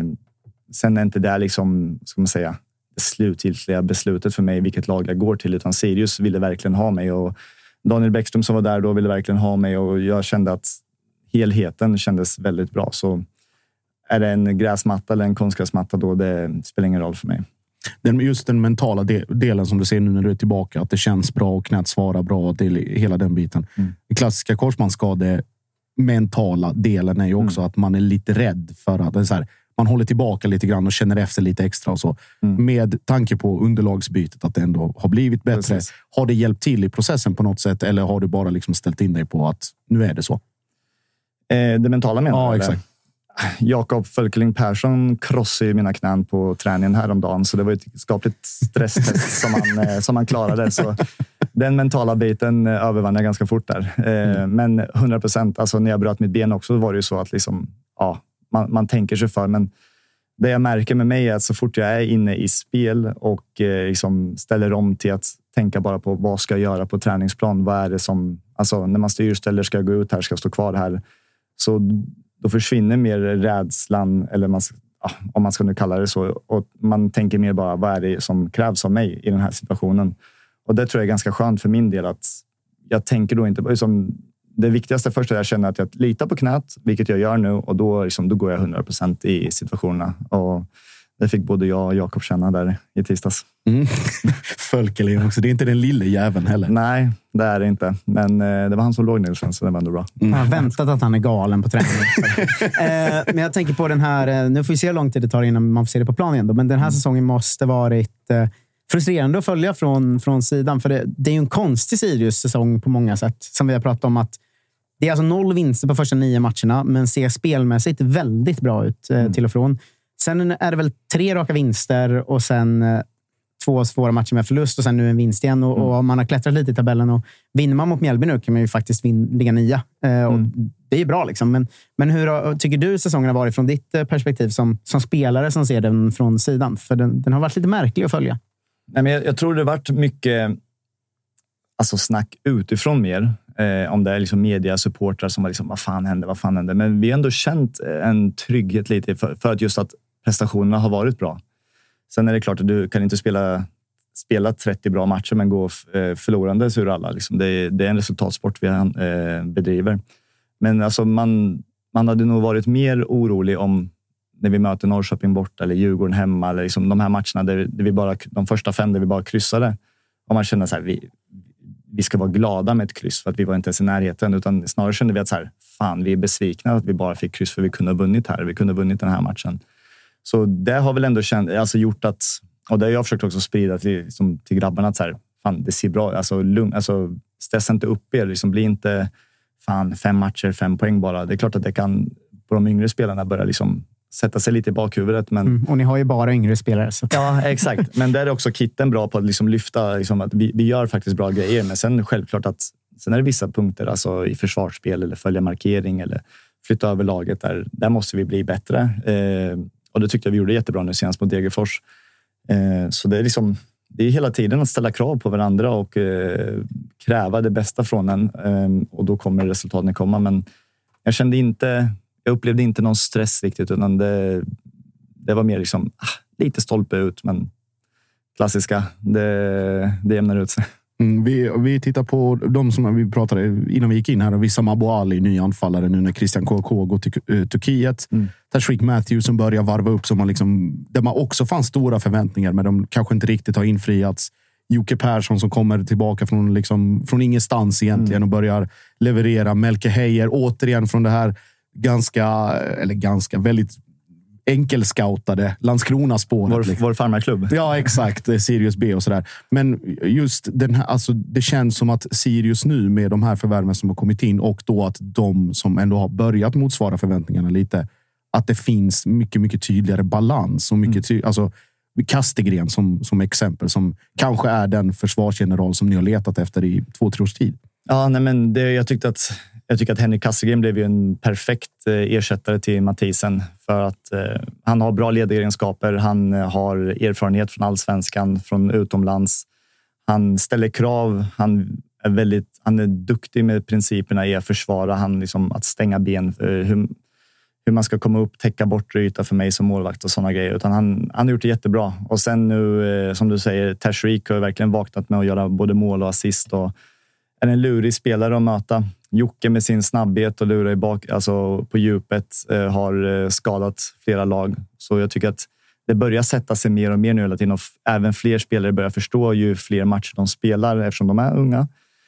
sen är inte det liksom, ska man säga, det slutgiltiga beslutet för mig vilket lag jag går till. Utan Sirius ville verkligen ha mig. Och Daniel Bäckström som var där då ville verkligen ha mig. Och jag kände att helheten kändes väldigt bra. Så är det en gräsmatta eller en konstgräsmatta då, det spelar ingen roll för mig. Just den mentala delen som du ser nu när du är tillbaka, att det känns bra och knät svarar bra, hela den biten. Den klassiska korsbandsskade mentala delen är ju också att man är lite rädd för att det är så här, man håller tillbaka lite grann och känner efter lite extra och så. Med tanke på underlagsbytet att det ändå har blivit bättre. Precis. Har det hjälpt till i processen på något sätt eller har du bara liksom ställt in dig på att nu är det så? Det mentala menar ja, eller? Exakt. Jakob Fölkeling Persson krossade mina knän på träningen häromdagen, så det var ett skapligt stresstest som man klarade. Så den mentala biten övervann jag ganska fort där. Men 100%, alltså när jag bröt mitt ben också var det ju så att liksom, ja, man tänker sig för. Men det jag märker med mig är att så fort jag är inne i spel och liksom ställer om till att tänka bara på vad ska jag göra på träningsplan. Vad är det som, alltså när man styrställer, ska jag gå ut här, ska jag stå kvar här. Så då försvinner mer rädslan, eller om man ska nu kalla det så. Och man tänker mer bara, vad är det som krävs av mig i den här situationen? Och det tror jag är ganska skönt för min del. Att jag tänker då inte... Liksom, det viktigaste först är att jag känner att jag litar på knät, vilket jag gör nu. Och då går jag 100% i situationerna. Och det fick både jag och Jakob känna där i tisdags. Fölkeling också. Det är inte den lille jäveln heller. Nej, det är det inte. Men det var han som låg ner sen, så det var ändå bra. Jag har väntat att han är galen på träningen. Men jag tänker på den här... Nu får vi se hur lång tid det tar innan man får se det på plan igen. Men den här säsongen måste varit frustrerande att följa från sidan. För det är ju en konstig Sirius-säsong på många sätt. Som vi har pratat om att det är alltså 0 vinster på första 9 matcherna. Men ser spelmässigt väldigt bra ut till och från. Sen är det väl 3 raka vinster och sen 2 svåra matcher med förlust och sen nu en vinst igen. Och man har klättrat lite i tabellen och vinner man mot Mjällby nu kan man ju faktiskt ligga 9. Och det är bra liksom. Men hur tycker du säsongen har varit från ditt perspektiv som spelare som ser den från sidan? För den har varit lite märklig att följa. Nej, men jag tror det har varit mycket snack utifrån mer. Om det är liksom media, supportrar som var liksom, vad fan hände? Men vi har ändå känt en trygghet lite för att just att prestationerna har varit bra. Sen är det klart att du kan inte spela 30 bra matcher men gå förlorande ur alla. Liksom. Det är en resultatsport vi bedriver. Men alltså man hade nog varit mer orolig om när vi möter Norrköping bort eller Djurgården hemma. Eller liksom de här matcherna där vi bara, de första 5 där vi bara kryssade. Och man känner så här, vi ska vara glada med ett kryss för att vi var inte ens i närheten. Utan snarare kände vi att så här, fan, vi är besvikna att vi bara fick kryss för vi kunde ha vunnit här. Vi kunde ha vunnit den här matchen. Så det har väl ändå gjort att, och det har jag försökt också sprida till grabbarna att så här, fan, det ser bra, stressa inte upp er, liksom, bli inte fan 5 matcher, 5 poäng bara. Det är klart att det kan på de yngre spelarna börja liksom sätta sig lite i bakhuvudet. Men... och ni har ju bara yngre spelare. Så. Ja, exakt. Men där är också Kitten bra på att liksom lyfta att vi gör faktiskt bra grejer. Men sen självklart att sen är det vissa punkter alltså i försvarsspel eller följa markering eller flytta över laget. Där måste vi bli bättre. Och det tyckte jag vi gjorde jättebra nu senast mot Degerfors. Så det är liksom, det är hela tiden att ställa krav på varandra och kräva det bästa från en. Och då kommer resultaten komma. Men jag upplevde inte någon stress riktigt, utan det var mer liksom lite stolpe ut, men klassiska, det jämnar ut sig. Vi tittar på de som vi pratade innan vi gick in här. Wissam Abouali, ny anfallare nu när Christian KK går till Turkiet. Tashreeq Matthews som börjar varva upp, som där man också fanns stora förväntningar, men de kanske inte riktigt har infriats. Jocke Persson som kommer tillbaka från ingenstans egentligen och börjar leverera. Melke Heier återigen från det här väldigt enkelscoutade Landskrona-spåret. Vår farmarklubb. Ja, exakt. Sirius B och sådär. Men just den här, alltså, det känns som att Sirius nu med de här förvärven som har kommit in och då att de som ändå har börjat motsvara förväntningarna lite, att det finns mycket, mycket tydligare balans och mycket alltså Kastegren som exempel, som kanske är den försvarsgeneral som ni har letat efter i 2-3 års tid. Ja, nej, men jag tycker att Henrik Kastegren blev ju en perfekt ersättare till Mathisen för att han har bra ledaregenskaper, han har erfarenhet från allsvenskan, från utomlands. Han ställer krav, han är duktig med principerna i att försvara, att stänga ben, hur man ska komma upp, täcka bortre yta för mig som målvakt och sådana grejer. Utan han har gjort det jättebra. Och sen nu, som du säger, Tashreeq har verkligen vaknat med att göra både mål och assist och är en lurig spelare att möta. Jocke med sin snabbhet och lura i bak, alltså på djupet, har skadat flera lag. Så jag tycker att det börjar sätta sig mer och mer nu hela tiden. Och även fler spelare börjar förstå ju fler matcher de spelar, eftersom de är unga,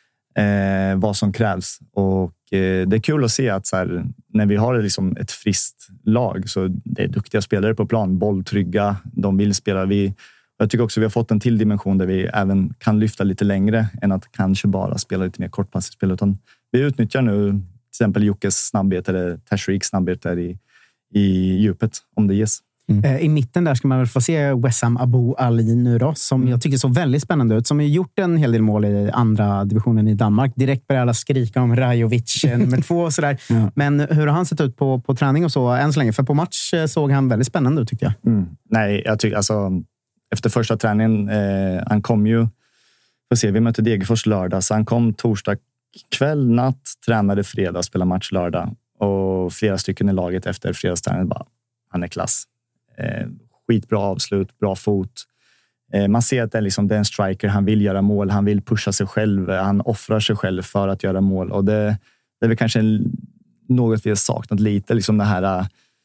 vad som krävs. Och det är kul att se att så här, när vi har ett friskt lag, så det är duktiga spelare på plan, bolltrygga, de vill spela. Jag tycker också vi har fått en till dimension där vi även kan lyfta lite längre än att kanske bara spela lite mer kortpassigt spel, utan vi utnyttjar nu till exempel Jockes snabbhet eller Tashreeqs snabbhet där i djupet, om det ges. I mitten där ska man väl få se Wessam Abou Ali nu då, som jag tycker så väldigt spännande ut, som har gjort en hel del mål i andra divisionen i Danmark. Direkt börjar alla skrika om Rajovic nummer 2 och sådär. Men hur har han sett ut på träning och så än så länge? För på match såg han väldigt spännande ut, tycker jag. Nej, jag tycker efter första träningen, han kom ju, vi mötte Degerfors lördag, så han kom torsdag kväll, natt, tränade fredag, spelade match lördag, och flera stycken i laget efter fredagsträningen bara, han är klass. Skitbra avslut, bra fot. Man ser att det är en striker, han vill göra mål, han vill pusha sig själv, han offrar sig själv för att göra mål, och det är väl kanske något vi har saknat lite, det här,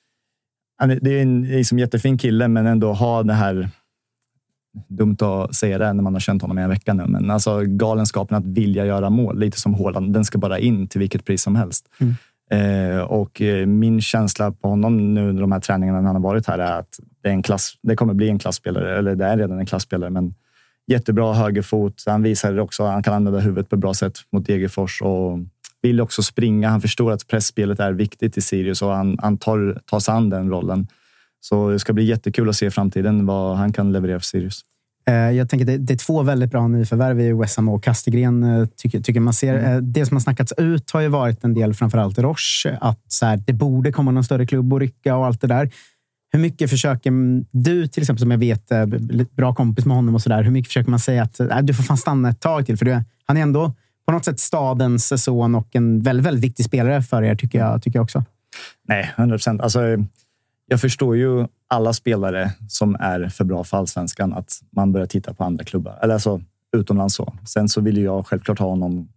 det är en jättefin kille, men ändå ha det här, dumt att säga det när man har känt honom i en vecka nu, men alltså galenskapen att vilja göra mål, lite som Haaland, den ska bara in till vilket pris som helst. Och min känsla på honom nu under de här träningarna när han har varit här är att det kommer bli en klassspelare, eller det är redan en klassspelare, men jättebra högerfot. Han visar också att han kan använda huvudet på ett bra sätt mot Degerfors och vill också springa. Han förstår att pressspelet är viktigt i Sirius och han tar sig an den rollen. Så det ska bli jättekul att se i framtiden vad han kan leverera för Sirius. Jag tänker det är 2 väldigt bra nyförvärv i Wessam och Kastegren, tycker man ser. Det som har snackats ut har ju varit en del, framförallt Roche, att så här, det borde komma någon större klubb och rycka och allt det där. Hur mycket försöker du, till exempel, som jag vet, bra kompis med honom och sådär, hur mycket försöker man säga att du får fan stanna ett tag till, för han är ändå på något sätt stadens son och en väldigt, väldigt viktig spelare för er, tycker jag också. Nej, 100%. Alltså, jag förstår ju alla spelare som är för bra för allsvenskan att man börjar titta på andra klubbar. Eller alltså utomlands så. Sen så vill jag självklart ha honom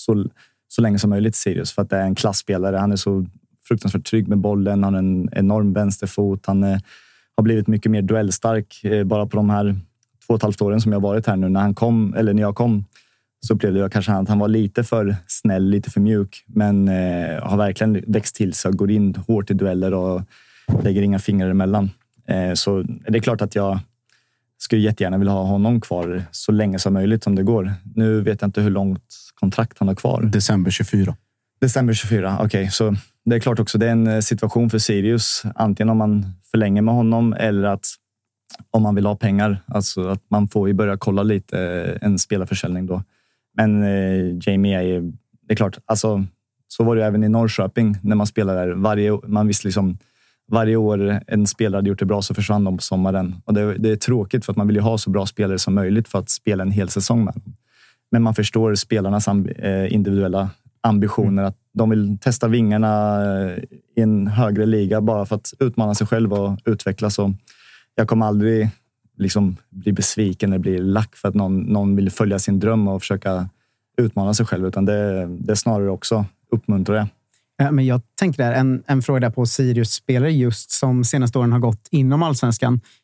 så länge som möjligt i Sirius. För att det är en klassspelare. Han är så fruktansvärt trygg med bollen. Han har en enorm vänsterfot. Han har blivit mycket mer duellstark bara på de här 2,5 åren som jag varit här nu. När jag kom så upplevde jag kanske att han var lite för snäll, lite för mjuk. Men har verkligen växt till sig och går in hårt i dueller och lägger inga fingrar emellan. Så det är klart att jag skulle jättegärna vilja ha honom kvar så länge som möjligt som det går. Nu vet jag inte hur långt kontrakt han har kvar. December 24. December 24, okej. Så det är klart också, det är en situation för Sirius. Antingen om man förlänger med honom eller att om man vill ha pengar. Alltså att man får ju börja kolla lite en spelarförsäljning då. Men Jamie det är klart, alltså så var det även i Norrköping när man spelade där. Man visste varje år en spelare hade gjort det bra så försvann de på sommaren. Och det är tråkigt för att man vill ju ha så bra spelare som möjligt för att spela en hel säsong med dem. Men man förstår spelarnas individuella ambitioner att de vill testa vingarna i en högre liga bara för att utmana sig själv och utvecklas. Och jag kommer aldrig bli besviken eller bli lack för att någon vill följa sin dröm och försöka utmana sig själv, utan det är snarare också uppmuntra det. Men jag tänker där, en fråga där på Sirius-spelare just som senaste åren har gått inom allsvenskan.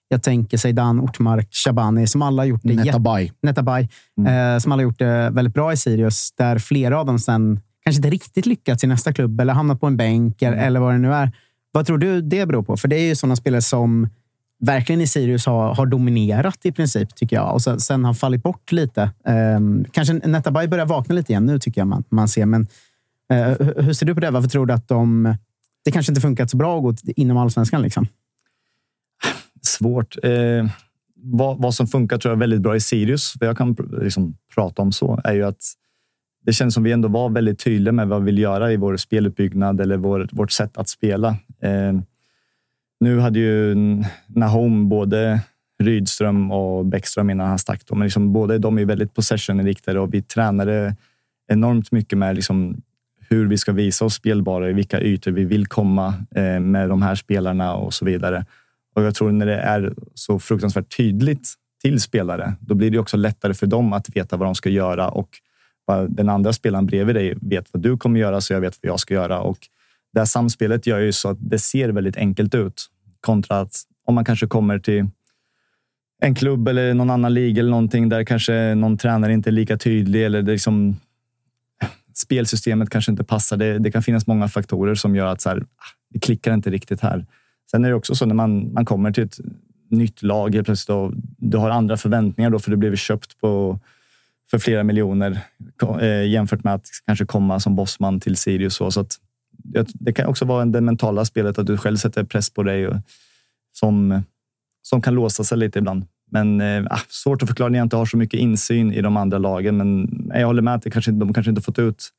Jag tänker Zeidan, Ortmark, Shabani som alla har gjort det. Netabay. Som alla har gjort det väldigt bra i Sirius. Där flera av dem sen kanske inte riktigt lyckats i nästa klubb eller hamnat på en bänk eller vad det nu är. Vad tror du det beror på? För det är ju sådana spelare som verkligen i Sirius har dominerat i princip, tycker jag. Och sen har fallit bort lite. Kanske Netabay börjar vakna lite igen nu, tycker jag man ser. Men hur ser du på det? Varför tror du att det kanske inte funkat så bra att gå inom allsvenskan liksom? Svårt. Vad som funkar tror jag väldigt bra i Sirius, vad jag kan liksom prata om så, är ju att det känns som vi ändå var väldigt tydliga med vad vi vill göra i vår speluppbyggnad eller vårt sätt att spela. Nu hade ju Nahom både Rydström och Bäckström innan han stack. Men liksom, båda de är väldigt possession-inriktade och vi tränade enormt mycket med liksom hur vi ska visa oss spelbara, i vilka ytor vi vill komma med de här spelarna och så vidare. Och jag tror när det är så fruktansvärt tydligt till spelare, då blir det också lättare för dem att veta vad de ska göra och den andra spelaren bredvid dig vet vad du kommer göra så jag vet vad jag ska göra. Och det här samspelet gör ju så att det ser väldigt enkelt ut kontra att om man kanske kommer till en klubb eller någon annan liga eller någonting där kanske någon tränare inte är lika tydlig eller det liksom, spelsystemet kanske inte passar. Det kan finnas många faktorer som gör att så här, det klickar inte riktigt här. Sen är det också så när man kommer till ett nytt lag helt plötsligt och du har andra förväntningar då för det blev köpt för flera miljoner jämfört med att kanske komma som bossman till Sirius. Så att det kan också vara det mentala spelet att du själv sätter press på dig och, som kan låsa sig lite ibland. Men svårt att förklara när jag inte har så mycket insyn i de andra lagen. Men jag håller med att de kanske inte fått ut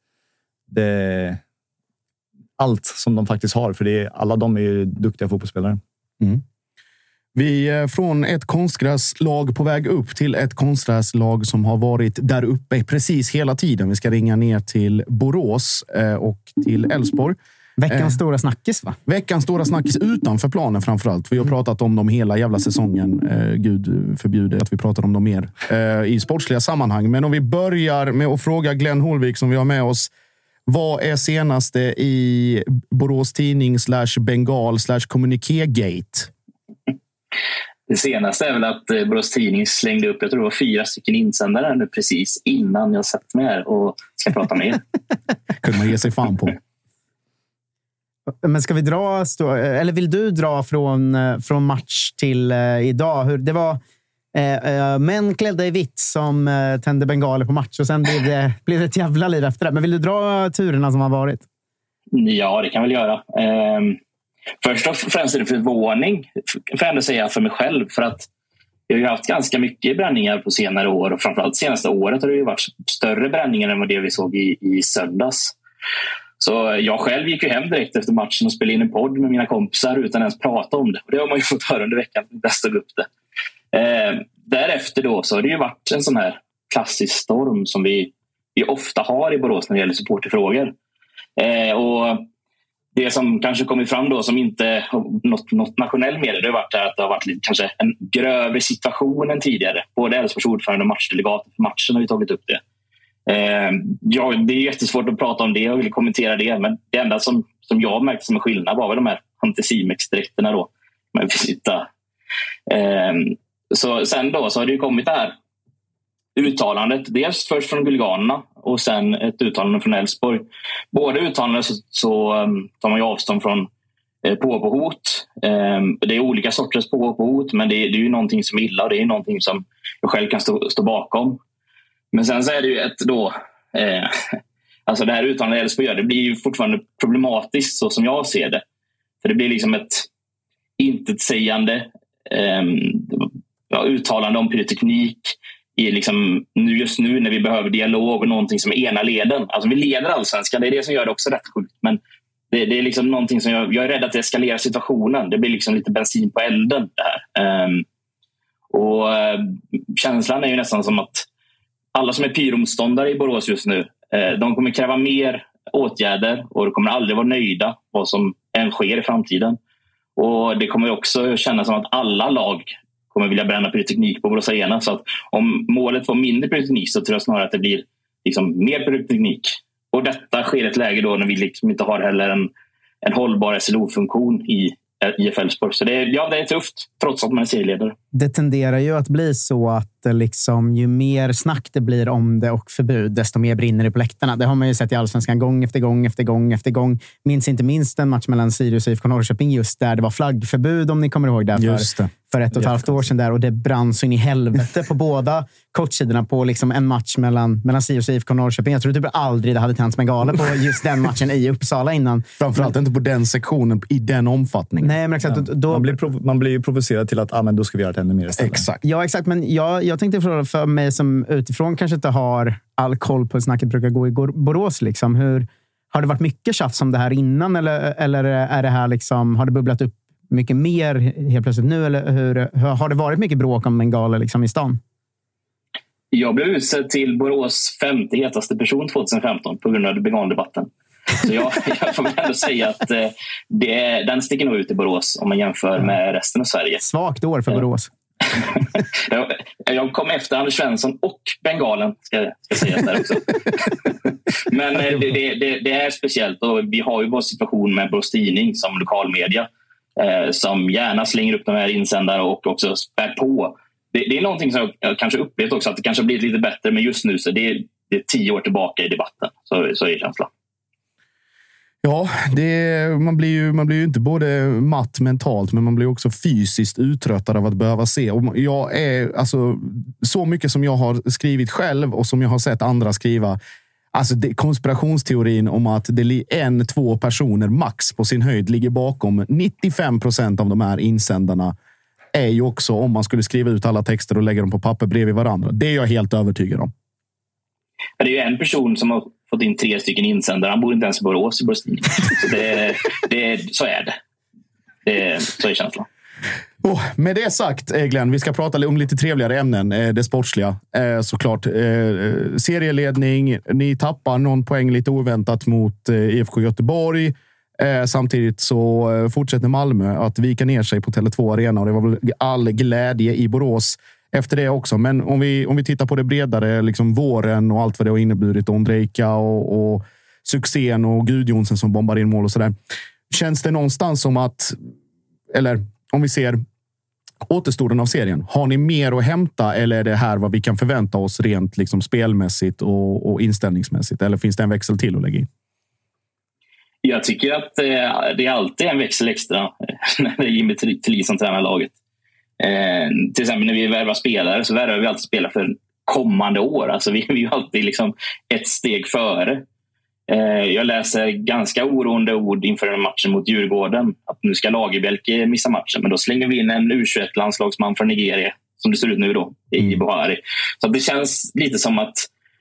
allt som de faktiskt har. För alla de är ju duktiga fotbollsspelare. Mm. Vi är från ett konstgräslag på väg upp till ett konstgräslag som har varit där uppe precis hela tiden. Vi ska ringa ner till Borås och till Elfsborg. Veckans stora snackis, va? Veckans stora snackis utanför planen framförallt. Vi har pratat om dem hela jävla säsongen. Gud förbjuder att vi pratar om dem mer i sportsliga sammanhang. Men om vi börjar med att fråga Glenn Holvik som vi har med oss. Vad är senaste i Borås tidning /Bengal /Communiqué-gate? Det senaste är väl att Borås tidning slängde upp, jag tror det var 4 stycken insändare nu precis innan jag satt med här och ska prata med er. Kunde man ge sig fan på. Men ska vi dra, eller vill du dra från match till idag? Hur det var män klädda i vitt som tände bengaler på match och sen blev det ett jävla liv efter det. Men vill du dra turerna som har varit? Ja, det kan jag väl göra. Först och främst är det förvåning, får jag ändå säga för mig själv, för att vi har ju haft ganska mycket bränningar på senare år och framförallt senaste året har det ju varit större bränningar än vad det vi såg i söndags. Så jag själv gick ju hem direkt efter matchen och spelade in en podd med mina kompisar utan ens prata om det. Och det har man ju fått höra under veckan, jag stod upp det. Därefter då så har det ju varit en sån här klassisk storm som vi ofta har i Borås när det gäller supporterfrågor. Och det som kanske kommit fram då som inte något nationell media, det har varit att det har varit lite, kanske en grövre situation än tidigare. Både Elfsborgs ordförande och matchdelegaten för matchen har vi tagit upp det. Ja, det är jättesvårt att prata om det och vill kommentera det, men det enda som jag märkte som en skillnad var väl de här Anticimex-dräkterna då med visita. Så sen då så har det ju kommit det här uttalandet, dels först från Guliganerna och sen ett uttalande från Elfsborg. Båda uttalanden så tar man ju avstånd från påhot. Det är olika sorters påhot, men det är ju någonting som är illa och det är någonting som jag själv kan stå bakom. Men sen så är det ju ett då alltså det här uttalandet Elfsborg gör, det blir ju fortfarande problematiskt så som jag ser det. För det blir liksom ett intetsägande uttalande om pyroteknik i liksom just nu när vi behöver dialog och någonting som är ena leden. Alltså vi leder allsvenskan, det är det som gör det också rätt sjukt. Men det är liksom någonting som jag är rädd att det eskalerar situationen. Det blir liksom lite bensin på elden det här. Och känslan är ju nästan som att alla som är pyromotståndare i Borås just nu, de kommer kräva mer åtgärder och de kommer aldrig vara nöjda vad som än sker i framtiden. Och det kommer också kännas som att alla lag kommer vilja bränna pyroteknik på Borås Arena. Så att om målet var mindre pyroteknik så tror jag snarare att det blir liksom mer pyroteknik. Och detta sker i ett läge då när vi liksom inte har heller en hållbar SLO-funktion IF Elfsborg. Så det är tufft, trots att man är serieledare. Det tenderar ju att bli så att liksom, ju mer snack det blir om det och förbud, desto mer brinner det på läktarna. Det har man ju sett i Allsvenskan gång efter gång. Minns inte minst en match mellan Sirius och IFK Norrköping just där det var flaggförbud, om ni kommer ihåg det. För 1,5 år sedan där, och det brann så in i helvete på båda kortsidorna på liksom en match mellan Sirius och IFK Norrköping. Jag tror typ aldrig det hade tänts med galet på just den matchen i Uppsala innan. Framförallt inte på den sektionen i den omfattningen. Nej, men exakt. Ja. Man blir ju provocerad till att men då ska vi göra det ännu mer istället. Exakt. Ja, exakt. Men jag tänkte för mig som utifrån kanske inte har all koll på hur snacket brukar gå i Borås. Liksom. Har det varit mycket tjafs om det här innan? Eller är det här liksom, har det bubblat upp mycket mer helt plötsligt nu? Eller har det varit mycket bråk om bengaler liksom i stan? Jag blev utsedd till Borås 50 hetaste person 2015 på grund av bengaldebatten. Så jag får väl ändå säga att den sticker nog ut i Borås om man jämför med resten av Sverige. Svagt år för Borås. Jag kom efter Anders Svensson och bengalen, ska sägas där också. Men det är speciellt, och vi har ju vår situation med Borås Tidning som lokalmedia som gärna slänger upp de här insändare och också spär på. Det är någonting som jag kanske upplevt också, att det kanske blir lite bättre, men just nu så det är 10 år tillbaka i debatten, så är känslan. Ja, man blir ju inte både matt mentalt, men man blir också fysiskt uttröttad av att behöva se. Och jag är, alltså, så mycket som jag har skrivit själv och som jag har sett andra skriva, alltså konspirationsteorin om att det är 1-2 personer max på sin höjd ligger bakom 95% av de här insändarna, är ju också, om man skulle skriva ut alla texter och lägga dem på papper bredvid varandra. Det är jag helt övertygad om. Det är ju en person som har fått in 3 stycken insändare. Han bor inte ens i Borås. Så så är det. Så är känslan. Med det sagt, Glenn, vi ska prata om lite trevligare ämnen. Det sportsliga, såklart. Serieledning. Ni tappar någon poäng lite oväntat mot IFK Göteborg. Samtidigt så fortsätter Malmö att vika ner sig på Tele2 Arena, och det var väl all glädje i Borås efter det också. Men om vi tittar på det bredare, liksom våren och allt vad det har inneburit, Ondrejka och succén och Gudjonsen som bombar in mål och sådär. Känns det någonstans som att, eller om vi ser återstoden av serien, har ni mer att hämta, eller är det här vad vi kan förvänta oss rent liksom spelmässigt och inställningsmässigt, eller finns det en växel till att lägga in? Jag tycker att det är alltid en växel extra när det är Jimmy Tillin som tränar laget. Till exempel när vi värvar spelare, så värvar vi alltid spelare för kommande år. Alltså vi är ju alltid liksom ett steg före. Jag läser ganska oroande ord inför den matchen mot Djurgården, att nu ska Lagerbjälke missa matchen, men då slänger vi in en U21-landslagsman från Nigeria, som det ser ut nu då, i Buhari. Så det känns lite som att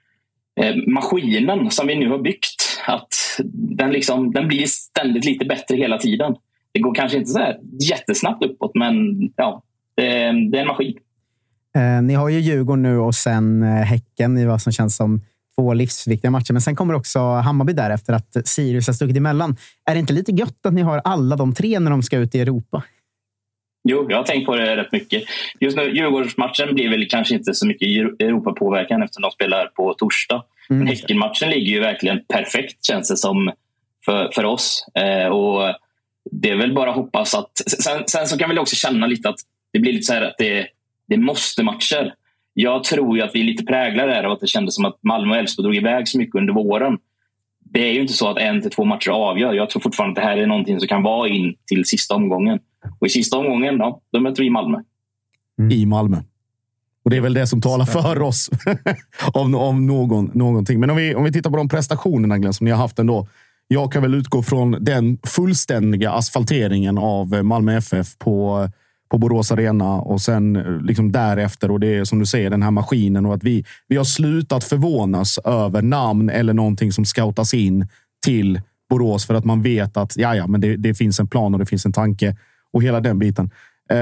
maskinen som vi nu har byggt, att den blir ständigt lite bättre hela tiden. Det går kanske inte så här jättesnabbt uppåt, men ja, det är en maskin. Ni har ju Djurgården nu och sen Häcken i vad som känns som 2 livsviktiga matcher. Men sen kommer också Hammarby där efter att Sirius har stuckit emellan. Är det inte lite gött att ni har alla de 3 när de ska ut i Europa? Jo, jag har tänkt på det rätt mycket. Just nu, Djurgårdsmatchen blir väl kanske inte så mycket Europa-påverkan eftersom de spelar på torsdag. Men Häckenmatchen ligger ju verkligen perfekt, känns det som, för oss. Och det är väl bara att hoppas att... Sen så kan vi också känna lite att det blir lite så här att det måste matcher. Jag tror ju att vi är lite präglade där, och att det kändes som att Malmö och Elfsborg drog iväg så mycket under våren. Det är ju inte så att 1-2 matcher avgör. Jag tror fortfarande att det här är någonting som kan vara in till sista omgången. Och i sista omgången då möter vi Malmö. I Malmö. Och det är väl det som talar för oss av någonting. Men om vi tittar på de prestationerna, Glenn, som ni har haft ändå. Jag kan väl utgå från den fullständiga asfalteringen av Malmö FF på Borås Arena, och sen liksom därefter, och det är som du säger, den här maskinen, och att vi har slutat förvånas över namn eller någonting som scoutas in till Borås, för att man vet att men det finns en plan och det finns en tanke och hela den biten.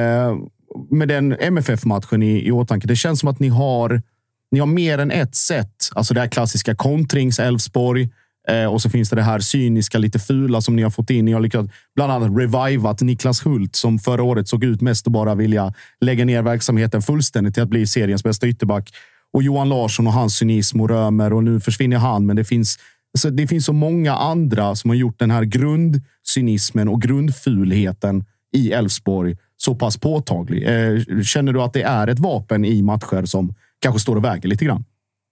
Med den MFF-matchen i åtanke, det känns som att ni har mer än ett sätt, alltså det här klassiska kontrings Elfsborg, och så finns det här cyniska, lite fula som ni har fått in. Ni har lyckats bland annat revivat Niklas Hult, som förra året såg ut mest att bara vilja lägga ner verksamheten fullständigt till att bli seriens bästa ytterback. Och Johan Larsson och hans cynism och Römer, och nu försvinner han. Men det finns så många andra som har gjort den här grundcynismen och grundfulheten i Elfsborg så pass påtaglig? Känner du att det är ett vapen i matcher som kanske står och väger lite grann?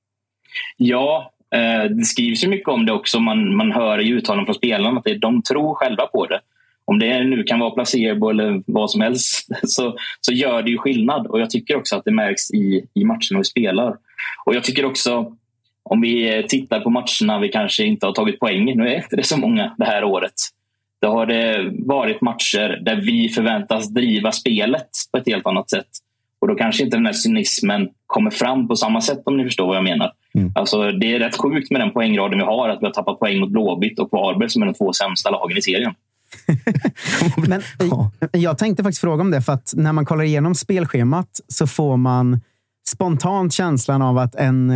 Ja, det skrivs ju mycket om det också. Man hör i uttalanden från spelarna att de tror själva på det. Om det nu kan vara placebo eller vad som helst så gör det ju skillnad. Och jag tycker också att det märks i matcherna vi spelar. Och jag tycker också, om vi tittar på matcherna vi kanske inte har tagit poäng. Nu är inte det så många det här året. Då har det varit matcher där vi förväntas driva spelet på ett helt annat sätt. Och då kanske inte den här cynismen kommer fram på samma sätt, om ni förstår vad jag menar. Alltså, det är rätt sjukt med den poängraden vi har, att vi har tappat poäng mot Blåvitt och Varberg som är de 2 sämsta lagen i serien. Men jag tänkte faktiskt fråga om det, för att när man kollar igenom spelschemat så får man spontant känslan av att en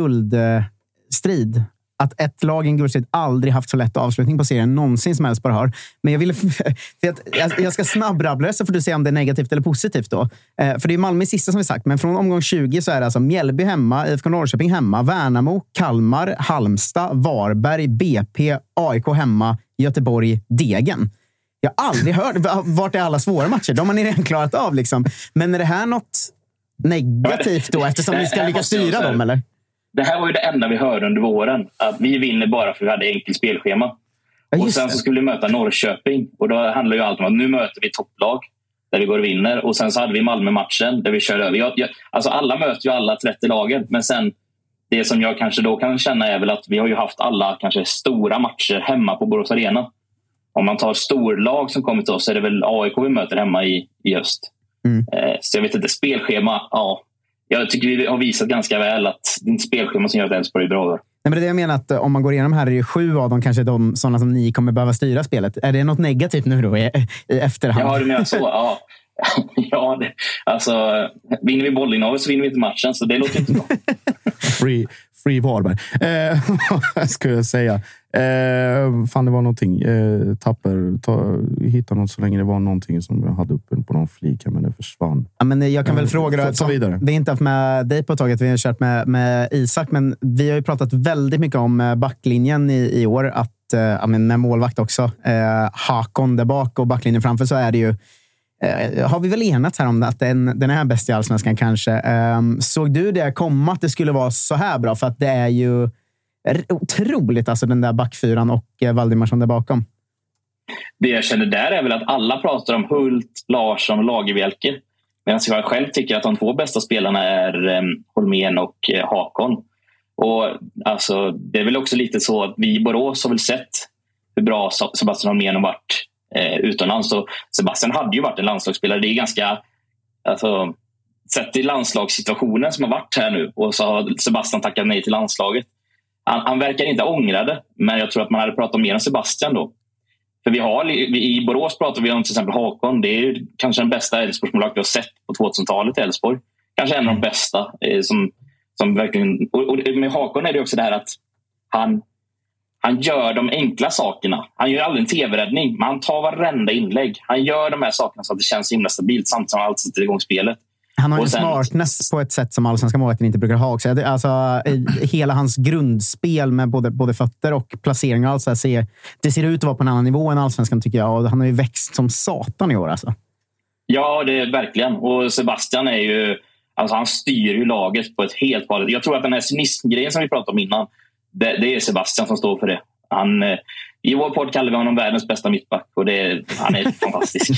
guldstrid, att ett lag i en guldstrid aldrig haft så lätt avslutning på serien någonsin som Elfsborg har. Men jag ville, jag ska snabbrabbla så får du se om det är negativt eller positivt då. För det är Malmö sista som vi sagt, men från omgång 20 så är det alltså Mjällby hemma, IFK Norrköping hemma, Värnamo, Kalmar, Halmstad, Varberg, BP, AIK hemma, Göteborg, Degen. Jag har aldrig hört vart är alla svåra matcher. De har ni redan klarat av liksom. Men är det här något negativt då, eftersom ni ska lyckas styra dem, eller? Det här var ju det enda vi hörde under våren. Att vi vinner bara för att vi hade enkelt spelschema. Ja, och sen så skulle vi möta Norrköping. Och då handlar ju allt om att nu möter vi topplag där vi går och vinner. Och sen så hade vi Malmö-matchen där vi körde över. Alltså alla möter ju alla 30 lagen. Men sen, det som jag kanske då kan känna är väl att vi har ju haft alla kanske stora matcher hemma på Borås Arena. Om man tar storlag som kommer till oss så är det väl AIK vi möter hemma i öst. Så jag vet inte, spelschema, ja. Jag tycker vi har visat ganska väl att det är inte spelschema som gör att Elfsborg är bra. Nej, men det är det jag menar, att om man går igenom här är det 7 av dem kanske de sådana som ni kommer behöva styra spelet. Är det något negativt nu då i efterhand? Ja, du menar så, ja. Ja, alltså vinner vi bollinnehavet så vinner vi inte matchen, så det låter inte bra. Free Varberg. Vad ska jag säga? Fan, det var någonting. Hitta något så länge det var någonting som jag hade uppe på någon flik, men det försvann. Ja, men jag kan väl fråga då, vidare. Vi har inte haft med dig på taget, vi har kört med Isak, men vi har ju pratat väldigt mycket om backlinjen i år, att med målvakt också. Hakon där bak och backlinjen framför, så är det ju har vi väl enats här om att den är bäst i Allsvenskan kanske. Såg du det komma att det skulle vara så här bra? För att det är ju otroligt, alltså den där backfyran och Valdimarsson där bakom. Det jag känner där är väl att alla pratar om Hult, Larsson och Lagerbielke. Medan jag själv tycker att de 2 bästa spelarna är Holmén och Hakon. Och alltså, det är väl också lite så att vi i Borås har väl sett hur bra Sebastian Holmén har varit utomlands. Så Sebastian hade ju varit en landslagsspelare. Det är ganska, alltså, sett i landslagssituationen som har varit här nu, och så har Sebastian tackat nej till landslaget. Han verkar inte ångrade, men jag tror att man hade pratat mer om Sebastian då. För i Borås pratar vi om till exempel Hakon. Det är kanske den bästa Elfsborgsmålvakt vi har sett på 2000-talet i Elfsborg. Kanske en av de bästa som verkligen, och med Hakon är det också det här att han gör de enkla sakerna. Han gör aldrig en tv-räddning, men han tar varenda inlägg. Han gör de här sakerna så att det känns himla stabilt samtidigt som han alltid sätter igång spelet. Han har en smartness på ett sätt som allsvenska målvakten inte brukar ha också. Alltså, hela hans grundspel med både fötter och placering och allt så här, det ser ut att vara på en annan nivå än allsvenskan, tycker jag. Och han har ju växt som satan i år alltså. Ja, det är verkligen. Och Sebastian är ju, alltså han styr ju laget på ett helt farligt. Jag tror att den här cynismgrejen som vi pratade om innan, det är Sebastian som står för det. I vår podd kallar vi honom världens bästa mittback, och han är fantastisk.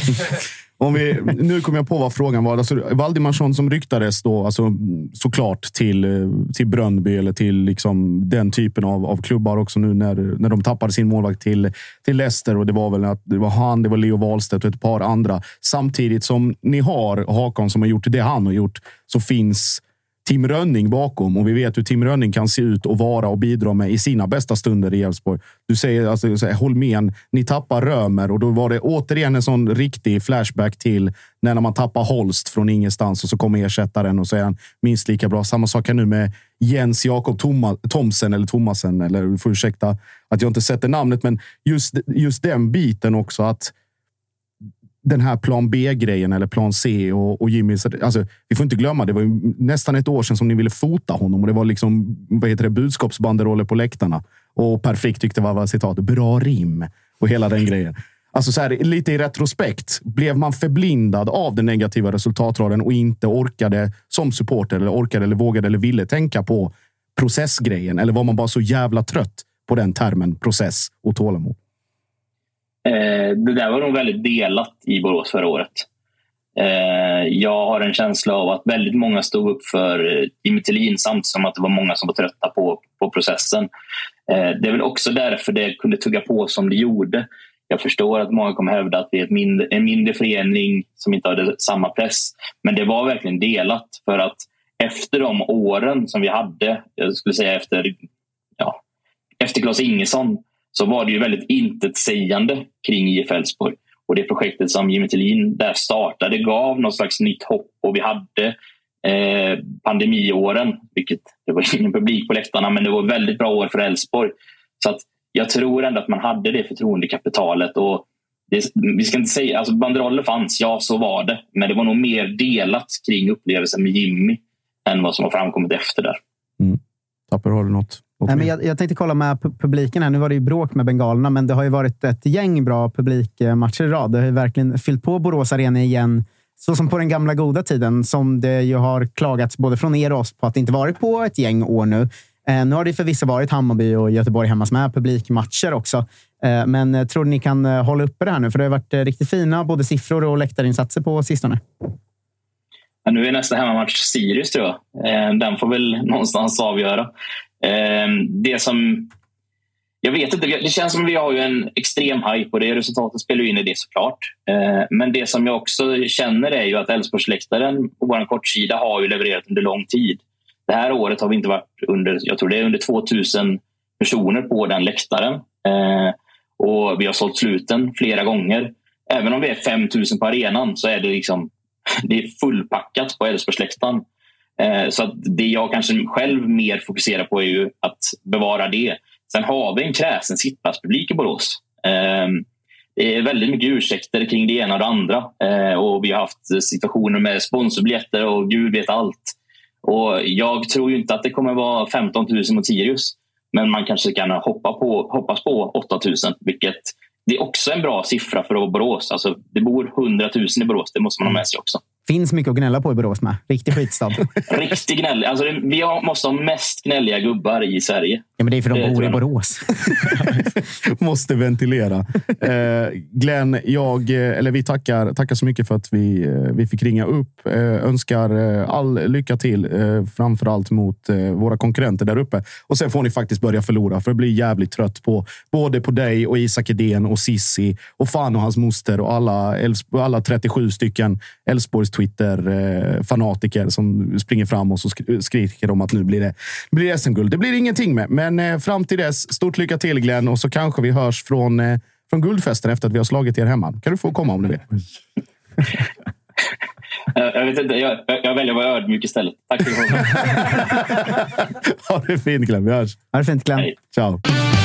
Nu kommer jag på vad frågan var. Alltså, Valdimarsson som ryktades då, alltså, såklart till Bröndby eller till liksom den typen av klubbar också nu när de tappade sin målvakt till Leicester, och det var väl att det var Leo Wahlstedt och ett par andra. Samtidigt som ni har Hakon som har gjort det han har gjort, så finns Tim Rönning bakom, och vi vet hur Tim Rönning kan se ut och vara och bidra med i sina bästa stunder i Elfsborg. Du säger alltså Holmén, ni tappar Römer, och då var det återigen en sån riktig flashback till när man tappar Holst från ingenstans och så kommer ersättaren och så är han minst lika bra. Samma sak här nu med Jens Jakob Thomsen eller Thomasen, eller du får ursäkta att jag inte sätter namnet, men just den biten också, att den här plan B-grejen eller plan C och Jimmy, alltså, vi får inte glömma, det var ju nästan ett år sedan som ni ville fota honom, och det var liksom, budskapsbanderoller på läktarna, och Per Frick tyckte var citat bra rim och hela den grejen. Alltså så här, lite i retrospekt, blev man förblindad av den negativa resultatraden och inte orkade som supporter eller vågade eller ville tänka på processgrejen? Eller var man bara så jävla trött på den termen, process och tålamod? Det där var nog väldigt delat i Borås förra året. Jag har en känsla av att väldigt många stod upp för Jimmy Tillin, samtidigt som att det var många som var trötta på processen. Det är väl också därför det kunde tugga på som det gjorde. Jag förstår att många kommer hävda att vi är en mindre förening som inte hade samma press. Men det var verkligen delat, för att efter de åren som vi hade, jag skulle säga efter Claes Ingesson, så var det ju väldigt intetsägande kring IF Elfsborg. Och det projektet som Jimmy Tillin där startade gav något slags nytt hopp. Och vi hade pandemiåren, vilket det var ingen publik på läktarna, men det var väldigt bra år för Elfsborg. Så att jag tror ändå att man hade det förtroendekapitalet. Och vi ska inte säga, alltså banderoller fanns, ja så var det. Men det var nog mer delat kring upplevelsen med Jimmy än vad som har framkommit efter där. Tapper, har du något? Nej, men jag tänkte kolla med publiken här. Nu var det ju bråk med bengalerna, men det har ju varit ett gäng bra publikmatcher i rad. Det har ju verkligen fyllt på Borås Arena igen, så som på den gamla goda tiden, som det ju har klagats både från er och oss på att det inte varit på ett gäng år nu. Nu har det förvisso varit Hammarby och Göteborg hemma som är publikmatcher också. Men tror ni kan hålla uppe det här nu? För det har varit riktigt fina både siffror och läktarinsatser på sistone. Ja, nu är nästa hemmamatch Sirius, tror jag. Den får väl någonstans avgöra. Det som... Jag vet inte, det känns som att vi har ju en extrem hype och det resultatet spelar ju in i det såklart. Men det som jag också känner är ju att Elfsborgsläktaren på vår kortsida har ju levererat under lång tid. Det här året har vi inte varit under, jag tror det är under 2000 personer på den läktaren. Och vi har sålt sluten flera gånger. Även om vi är 5000 på arenan så är det liksom, det är fullpackat på Elfsborgsläktaren. Så att det jag kanske själv mer fokuserar på är ju att bevara det. Sen har vi en kräsen sittplatspublik i Borås. Det är väldigt mycket ursäkter kring det ena och det andra. Och vi har haft situationer med sponsorbiljetter och gud vet allt. Och jag tror ju inte att det kommer vara 15 000 mot Sirius. Men man kanske kan hoppas på 8 000. Vilket det är också en bra siffra för Borås. Alltså, det bor 100 000 i Borås, det måste man ha med sig också. Finns mycket att gnälla på i Borås med. Riktig skitstad. Riktig gnällig. Alltså, vi måste ha mest gnälliga gubbar i Sverige. Ja, men det är för de bor i Borås. Måste ventilera. Glenn, vi tackar så mycket för att vi fick ringa upp. Önskar all lycka till. Framförallt mot våra konkurrenter där uppe. Och sen får ni faktiskt börja förlora. För jag blir jävligt trött på både på dig och Isak Edén och Sissi och fan och hans moster och alla 37 stycken Elfsborgs Twitter-fanatiker som springer fram och så skriker om att nu blir det SM-guld. Det blir ingenting med. Men fram till dess, stort lycka till Glenn, och så kanske vi hörs från guldfesten efter att vi har slagit er hemma. Kan du få komma om du vill? Jag vet inte, jag väljer att vara ödmjuk istället. Tack för det. Ha det fint Glenn, vi hörs. Ha det fint Glenn. Hej. Ciao.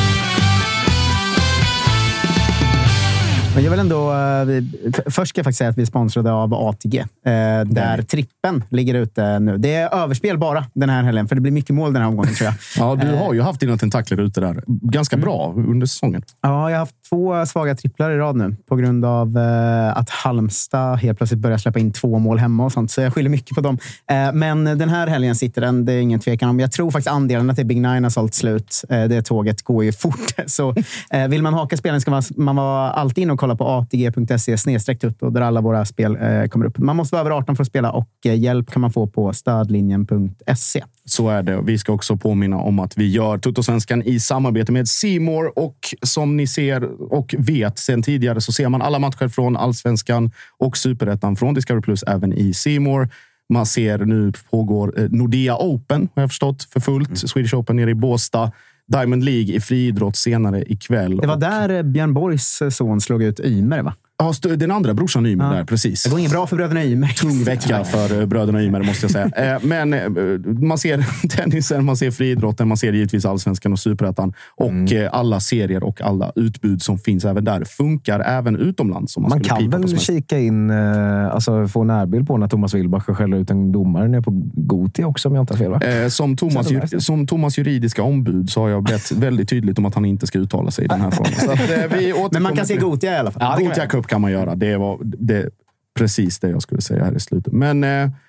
Men jag vill ändå... Först ska jag faktiskt säga att vi är sponsrade av ATG. Där trippen ligger ute nu. Det är överspel bara den här helgen. För det blir mycket mål den här omgången, tror jag. Ja, du har ju haft dina tentakler ute där. Ganska bra under säsongen. Ja, jag har haft 2 svaga tripplar i rad nu. På grund av att Halmstad helt plötsligt börjar släppa in 2 mål hemma och sånt. Så jag skyller mycket på dem. Men den här helgen sitter den. Det är ingen tvekan om. Jag tror faktiskt andelen till Big Nine har sålt slut. Det tåget går ju fort. Så vill man haka spelen ska man vara alltid in och kolla på atg.se/tutto där alla våra spel kommer upp. Man måste vara över 18 för att spela och hjälp kan man få på stödlinjen.se. Så är det. Vi ska också påminna om att vi gör Tuttosvenskan i samarbete med C More, och som ni ser och vet sedan tidigare så ser man alla matcher från Allsvenskan och Superettan från Discovery Plus även i C More. Man ser nu pågår Nordea Open, har jag förstått, för fullt. Swedish Open nere i Båstad. Diamond League i friidrott senare ikväll. Det var där Björn Borgs son slog ut Ymer, va? Ja, den andra brorsan Ymer där, precis. Det går inget bra för bröderna Ymer. Tung vecka för bröderna Ymer, måste jag säga. Men man ser tennisen, man ser friidrotten, man ser givetvis allsvenskan och superettan. Och alla serier och alla utbud som finns även där funkar även utomlands. Man kan väl kika in, alltså få närbild på när Thomas Wilbacher skäller ut en domare nere på Gothia också, om jag inte har fel, va? Som Thomas juridiska ombud så har jag bett väldigt tydligt om att han inte ska uttala sig i den här frågan. Så att, men man kan se Gothia i alla fall. Ja, Gothia Cup kan man göra. Det var precis det jag skulle säga här i slutet. Men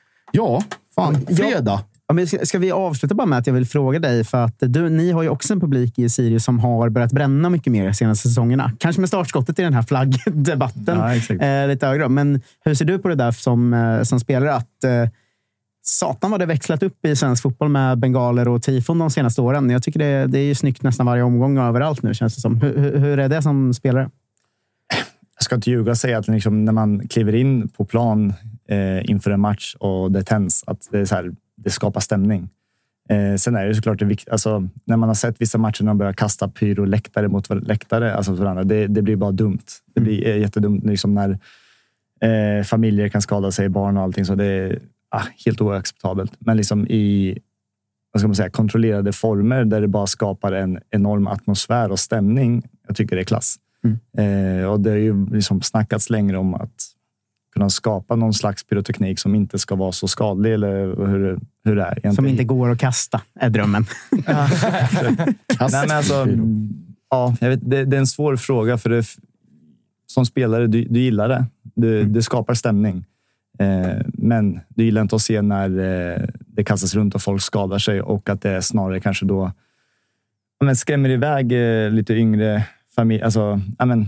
fredag. Ja, men ska vi avsluta bara med att jag vill fråga dig, för att ni har ju också en publik i Sirius som har börjat bränna mycket mer de senaste säsongerna. Kanske med startskottet i den här flaggdebatten. Ja, lite högre. Men hur ser du på det där som spelare, att satan vad det växlat upp i svensk fotboll med bengaler och tifon de senaste åren? Jag tycker det är ju snyggt nästan varje omgång och överallt nu, känns det som. Hur är det som spelare? Jag ska inte ljuga och säga att liksom, när man kliver in på plan inför en match och det tänds, att det är så här, det skapar stämning. Sen är det såklart det viktigt, alltså, när man har sett vissa matcher när de börjar kasta pyroläktare mot läktare, alltså varandra, det blir bara dumt. Det blir jättedumt liksom när familjer kan skada sig, barn och allting, så det är helt oacceptabelt. Men liksom i, vad ska man säga, kontrollerade former där det bara skapar en enorm atmosfär och stämning, jag tycker det är klass. Och det är ju liksom snackats längre om att kunna skapa någon slags pyroteknik som inte ska vara så skadlig, eller hur det är egentligen. Som inte går att kasta, är drömmen. Nej, men alltså, jag vet, det är en svår fråga, för som spelare, du gillar det. Det skapar stämning. Men du gillar inte att se när det kastas runt och folk skadar sig, och att det snarare kanske då skrämmer iväg lite yngre familj, alltså,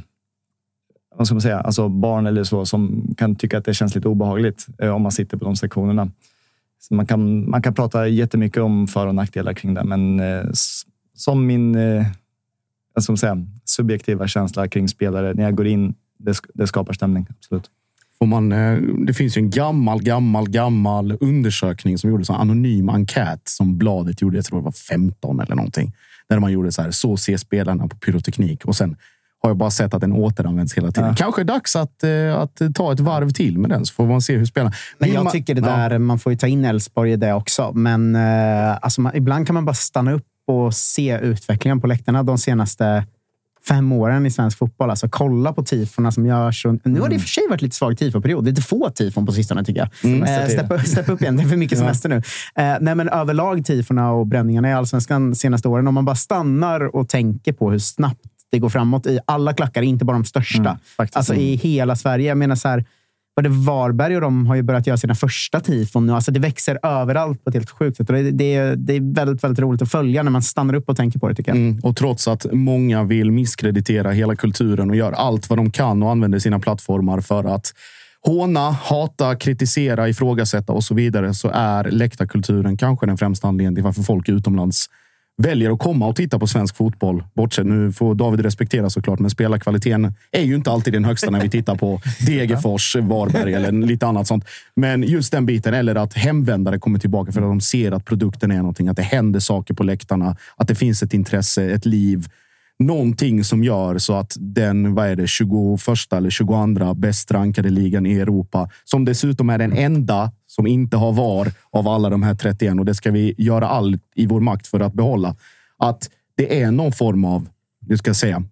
vad ska man säga, alltså barn eller så, som kan tycka att det känns lite obehagligt om man sitter på de sektionerna. Så man kan prata jättemycket om för- och nackdelar kring det, men som min ska man säga, subjektiva känsla kring spelare när jag går in, det skapar stämning, absolut. Det finns ju en gammal undersökning som gjorde en anonym enkät som Bladet gjorde, jag tror det var 15 eller någonting, där man gjorde så ser spelarna på pyroteknik, och sen har jag bara sett att den återanvänds hela tiden. Kanske är dags att ta ett varv till med den, så får man se hur spelarna... Men jag tycker det där, man får ju ta in Elfsborg i det också, men alltså ibland kan man bara stanna upp och se utvecklingen på läktarna de senaste 5 åren i svensk fotboll. Alltså kolla på tifona som görs. Nu har det i och för sig varit lite svag tifoperiod. Lite få tifon på sistone, tycker jag. Steppa upp igen. Det är för mycket semester nu. Nej, men överlag tifona och bränningarna i allsvenskan senaste åren. Om man bara stannar och tänker på hur snabbt det går framåt i alla klackar, inte bara de största. Alltså i hela Sverige. Jag menar så här, Varberg och de har ju börjat göra sina första tifon nu. Alltså det växer överallt på ett helt sjukt sätt. Och det är väldigt, väldigt roligt att följa när man stannar upp och tänker på det, tycker jag. Och trots att många vill misskreditera hela kulturen och gör allt vad de kan och använder sina plattformar för att håna, hata, kritisera, ifrågasätta och så vidare, så är läktarkulturen kanske den främsta anledningen till varför folk utomlands väljer att komma och titta på svensk fotboll. Bortsett, nu får David respektera såklart, men spelarkvaliteten är ju inte alltid den högsta när vi tittar på Degerfors, Varberg eller lite annat sånt. Men just den biten, eller att hemvändare kommer tillbaka för att de ser att produkten är någonting, att det händer saker på läktarna, att det finns ett intresse, ett liv, någonting som gör så att den, 21 eller 22 bäst rankade ligan i Europa, som dessutom är den enda som inte har VAR av alla de här 31, och det ska vi göra allt i vår makt för att behålla, att det är någon form av, nu ska jag säga,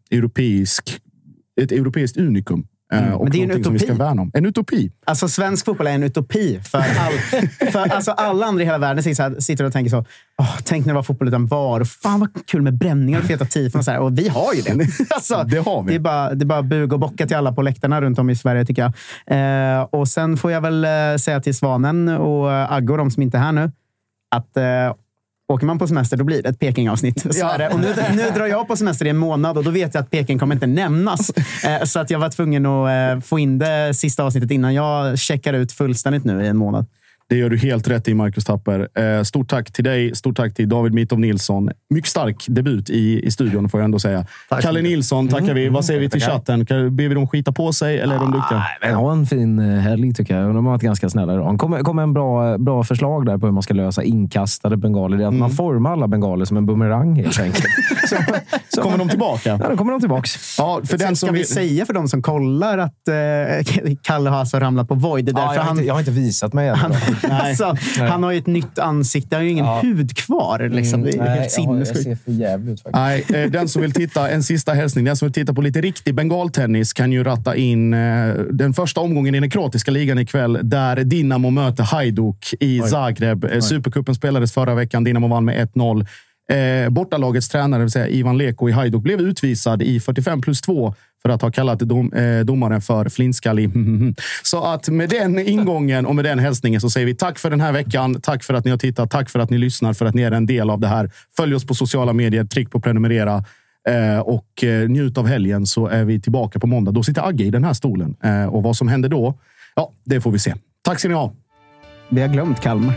ett europeiskt unikum. Och men det är en utopi. Som vi ska värna om. En utopi. Alltså svensk fotboll är en utopi för alltså alla andra i hela världen sitter och tänker så, tänk när det var fotboll utan VAR, fan vad kul med bränningar och feta tifon och så här. Och vi har ju det. Alltså, det har vi. Det är bara bug och bocka till alla på läktarna runt om i Sverige, tycker jag. Och sen får jag väl säga till Svanen och Aggo, de som inte är här nu, att åker man på semester, då blir det ett Peking-avsnitt. Och nu drar jag på semester i en månad, och då vet jag att Peking kommer inte nämnas. Så att jag var tvungen att få in det sista avsnittet innan jag checkar ut fullständigt nu i en månad. Det gör du helt rätt i, Marcus Tapper. Stort tack till dig. Stort tack till David Mitov Nilsson. Mycket stark debut i studion, får jag ändå säga. Tack. Kalle Nilsson tackar vi. Vad säger vi till chatten? Ber vi dem skita på sig eller är de duktiga? Nej, ha en fin helg tycker jag. De har varit ganska snälla idag. Kommer en bra förslag där på hur man ska lösa inkastade bengaler. Det är att man formar alla bengaler som en bumerang helt enkelt. så kommer de tillbaka? Ja, då kommer de tillbaka. Ja, för den som vi säga för de som kollar att Kalle har alltså ramlat på Void. Det är därför jag har inte visat mig än. Han har ju ett nytt ansikte. Han har ju ingen hud kvar. Liksom. Det är helt sinnessjukt. Jag ser för jävligt ut faktiskt. Nej, den som vill titta, en sista hälsning. Den som vill titta på lite riktig bengaltennis kan ju ratta in den första omgången i den kroatiska ligan ikväll, där Dinamo möter Hajduk i Zagreb. Supercupen spelades förra veckan. Dinamo vann med 1-0. Bortalagets tränare, det vill säga Ivan Leko i Hajduk, blev utvisad i 45+2 för att ha kallat domaren för flinskallig. Så att med den ingången och med den hälsningen så säger vi tack för den här veckan. Tack för att ni har tittat. Tack för att ni lyssnar, för att ni är en del av det här. Följ oss på sociala medier. Tryck på prenumerera. Och njut av helgen, så är vi tillbaka på måndag. Då sitter Agge i den här stolen. Och vad som händer då, ja, det får vi se. Tack ska ni ha. Vi har glömt Kalmar.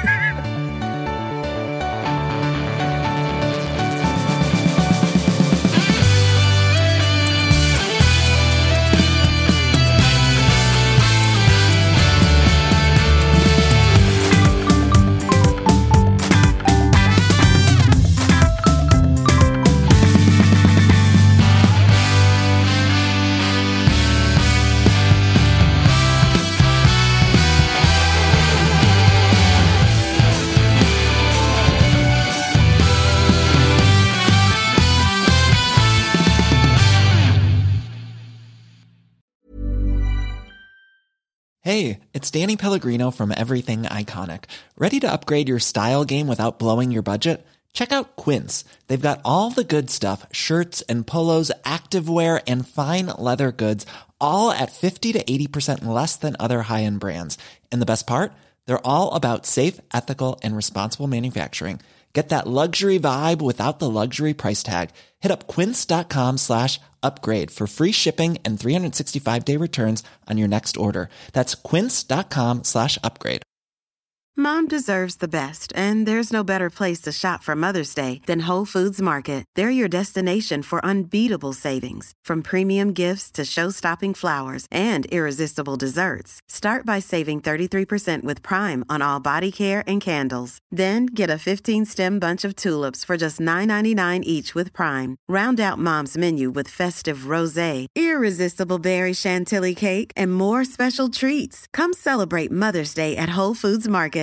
Hey, it's Danny Pellegrino from Everything Iconic. Ready to upgrade your style game without blowing your budget? Check out Quince. They've got all the good stuff, shirts and polos, activewear, and fine leather goods, all at 50 to 80% less than other high-end brands. And the best part? They're all about safe, ethical, and responsible manufacturing. Get that luxury vibe without the luxury price tag. Hit up quince.com/upgrade for free shipping and 365-day returns on your next order. That's quince.com/upgrade. Mom deserves the best, and there's no better place to shop for Mother's Day than Whole Foods Market. They're your destination for unbeatable savings, from premium gifts to show-stopping flowers and irresistible desserts. Start by saving 33% with Prime on all body care and candles. Then get a 15-stem bunch of tulips for just $9.99 each with Prime. Round out Mom's menu with festive rosé, irresistible berry chantilly cake, and more special treats. Come celebrate Mother's Day at Whole Foods Market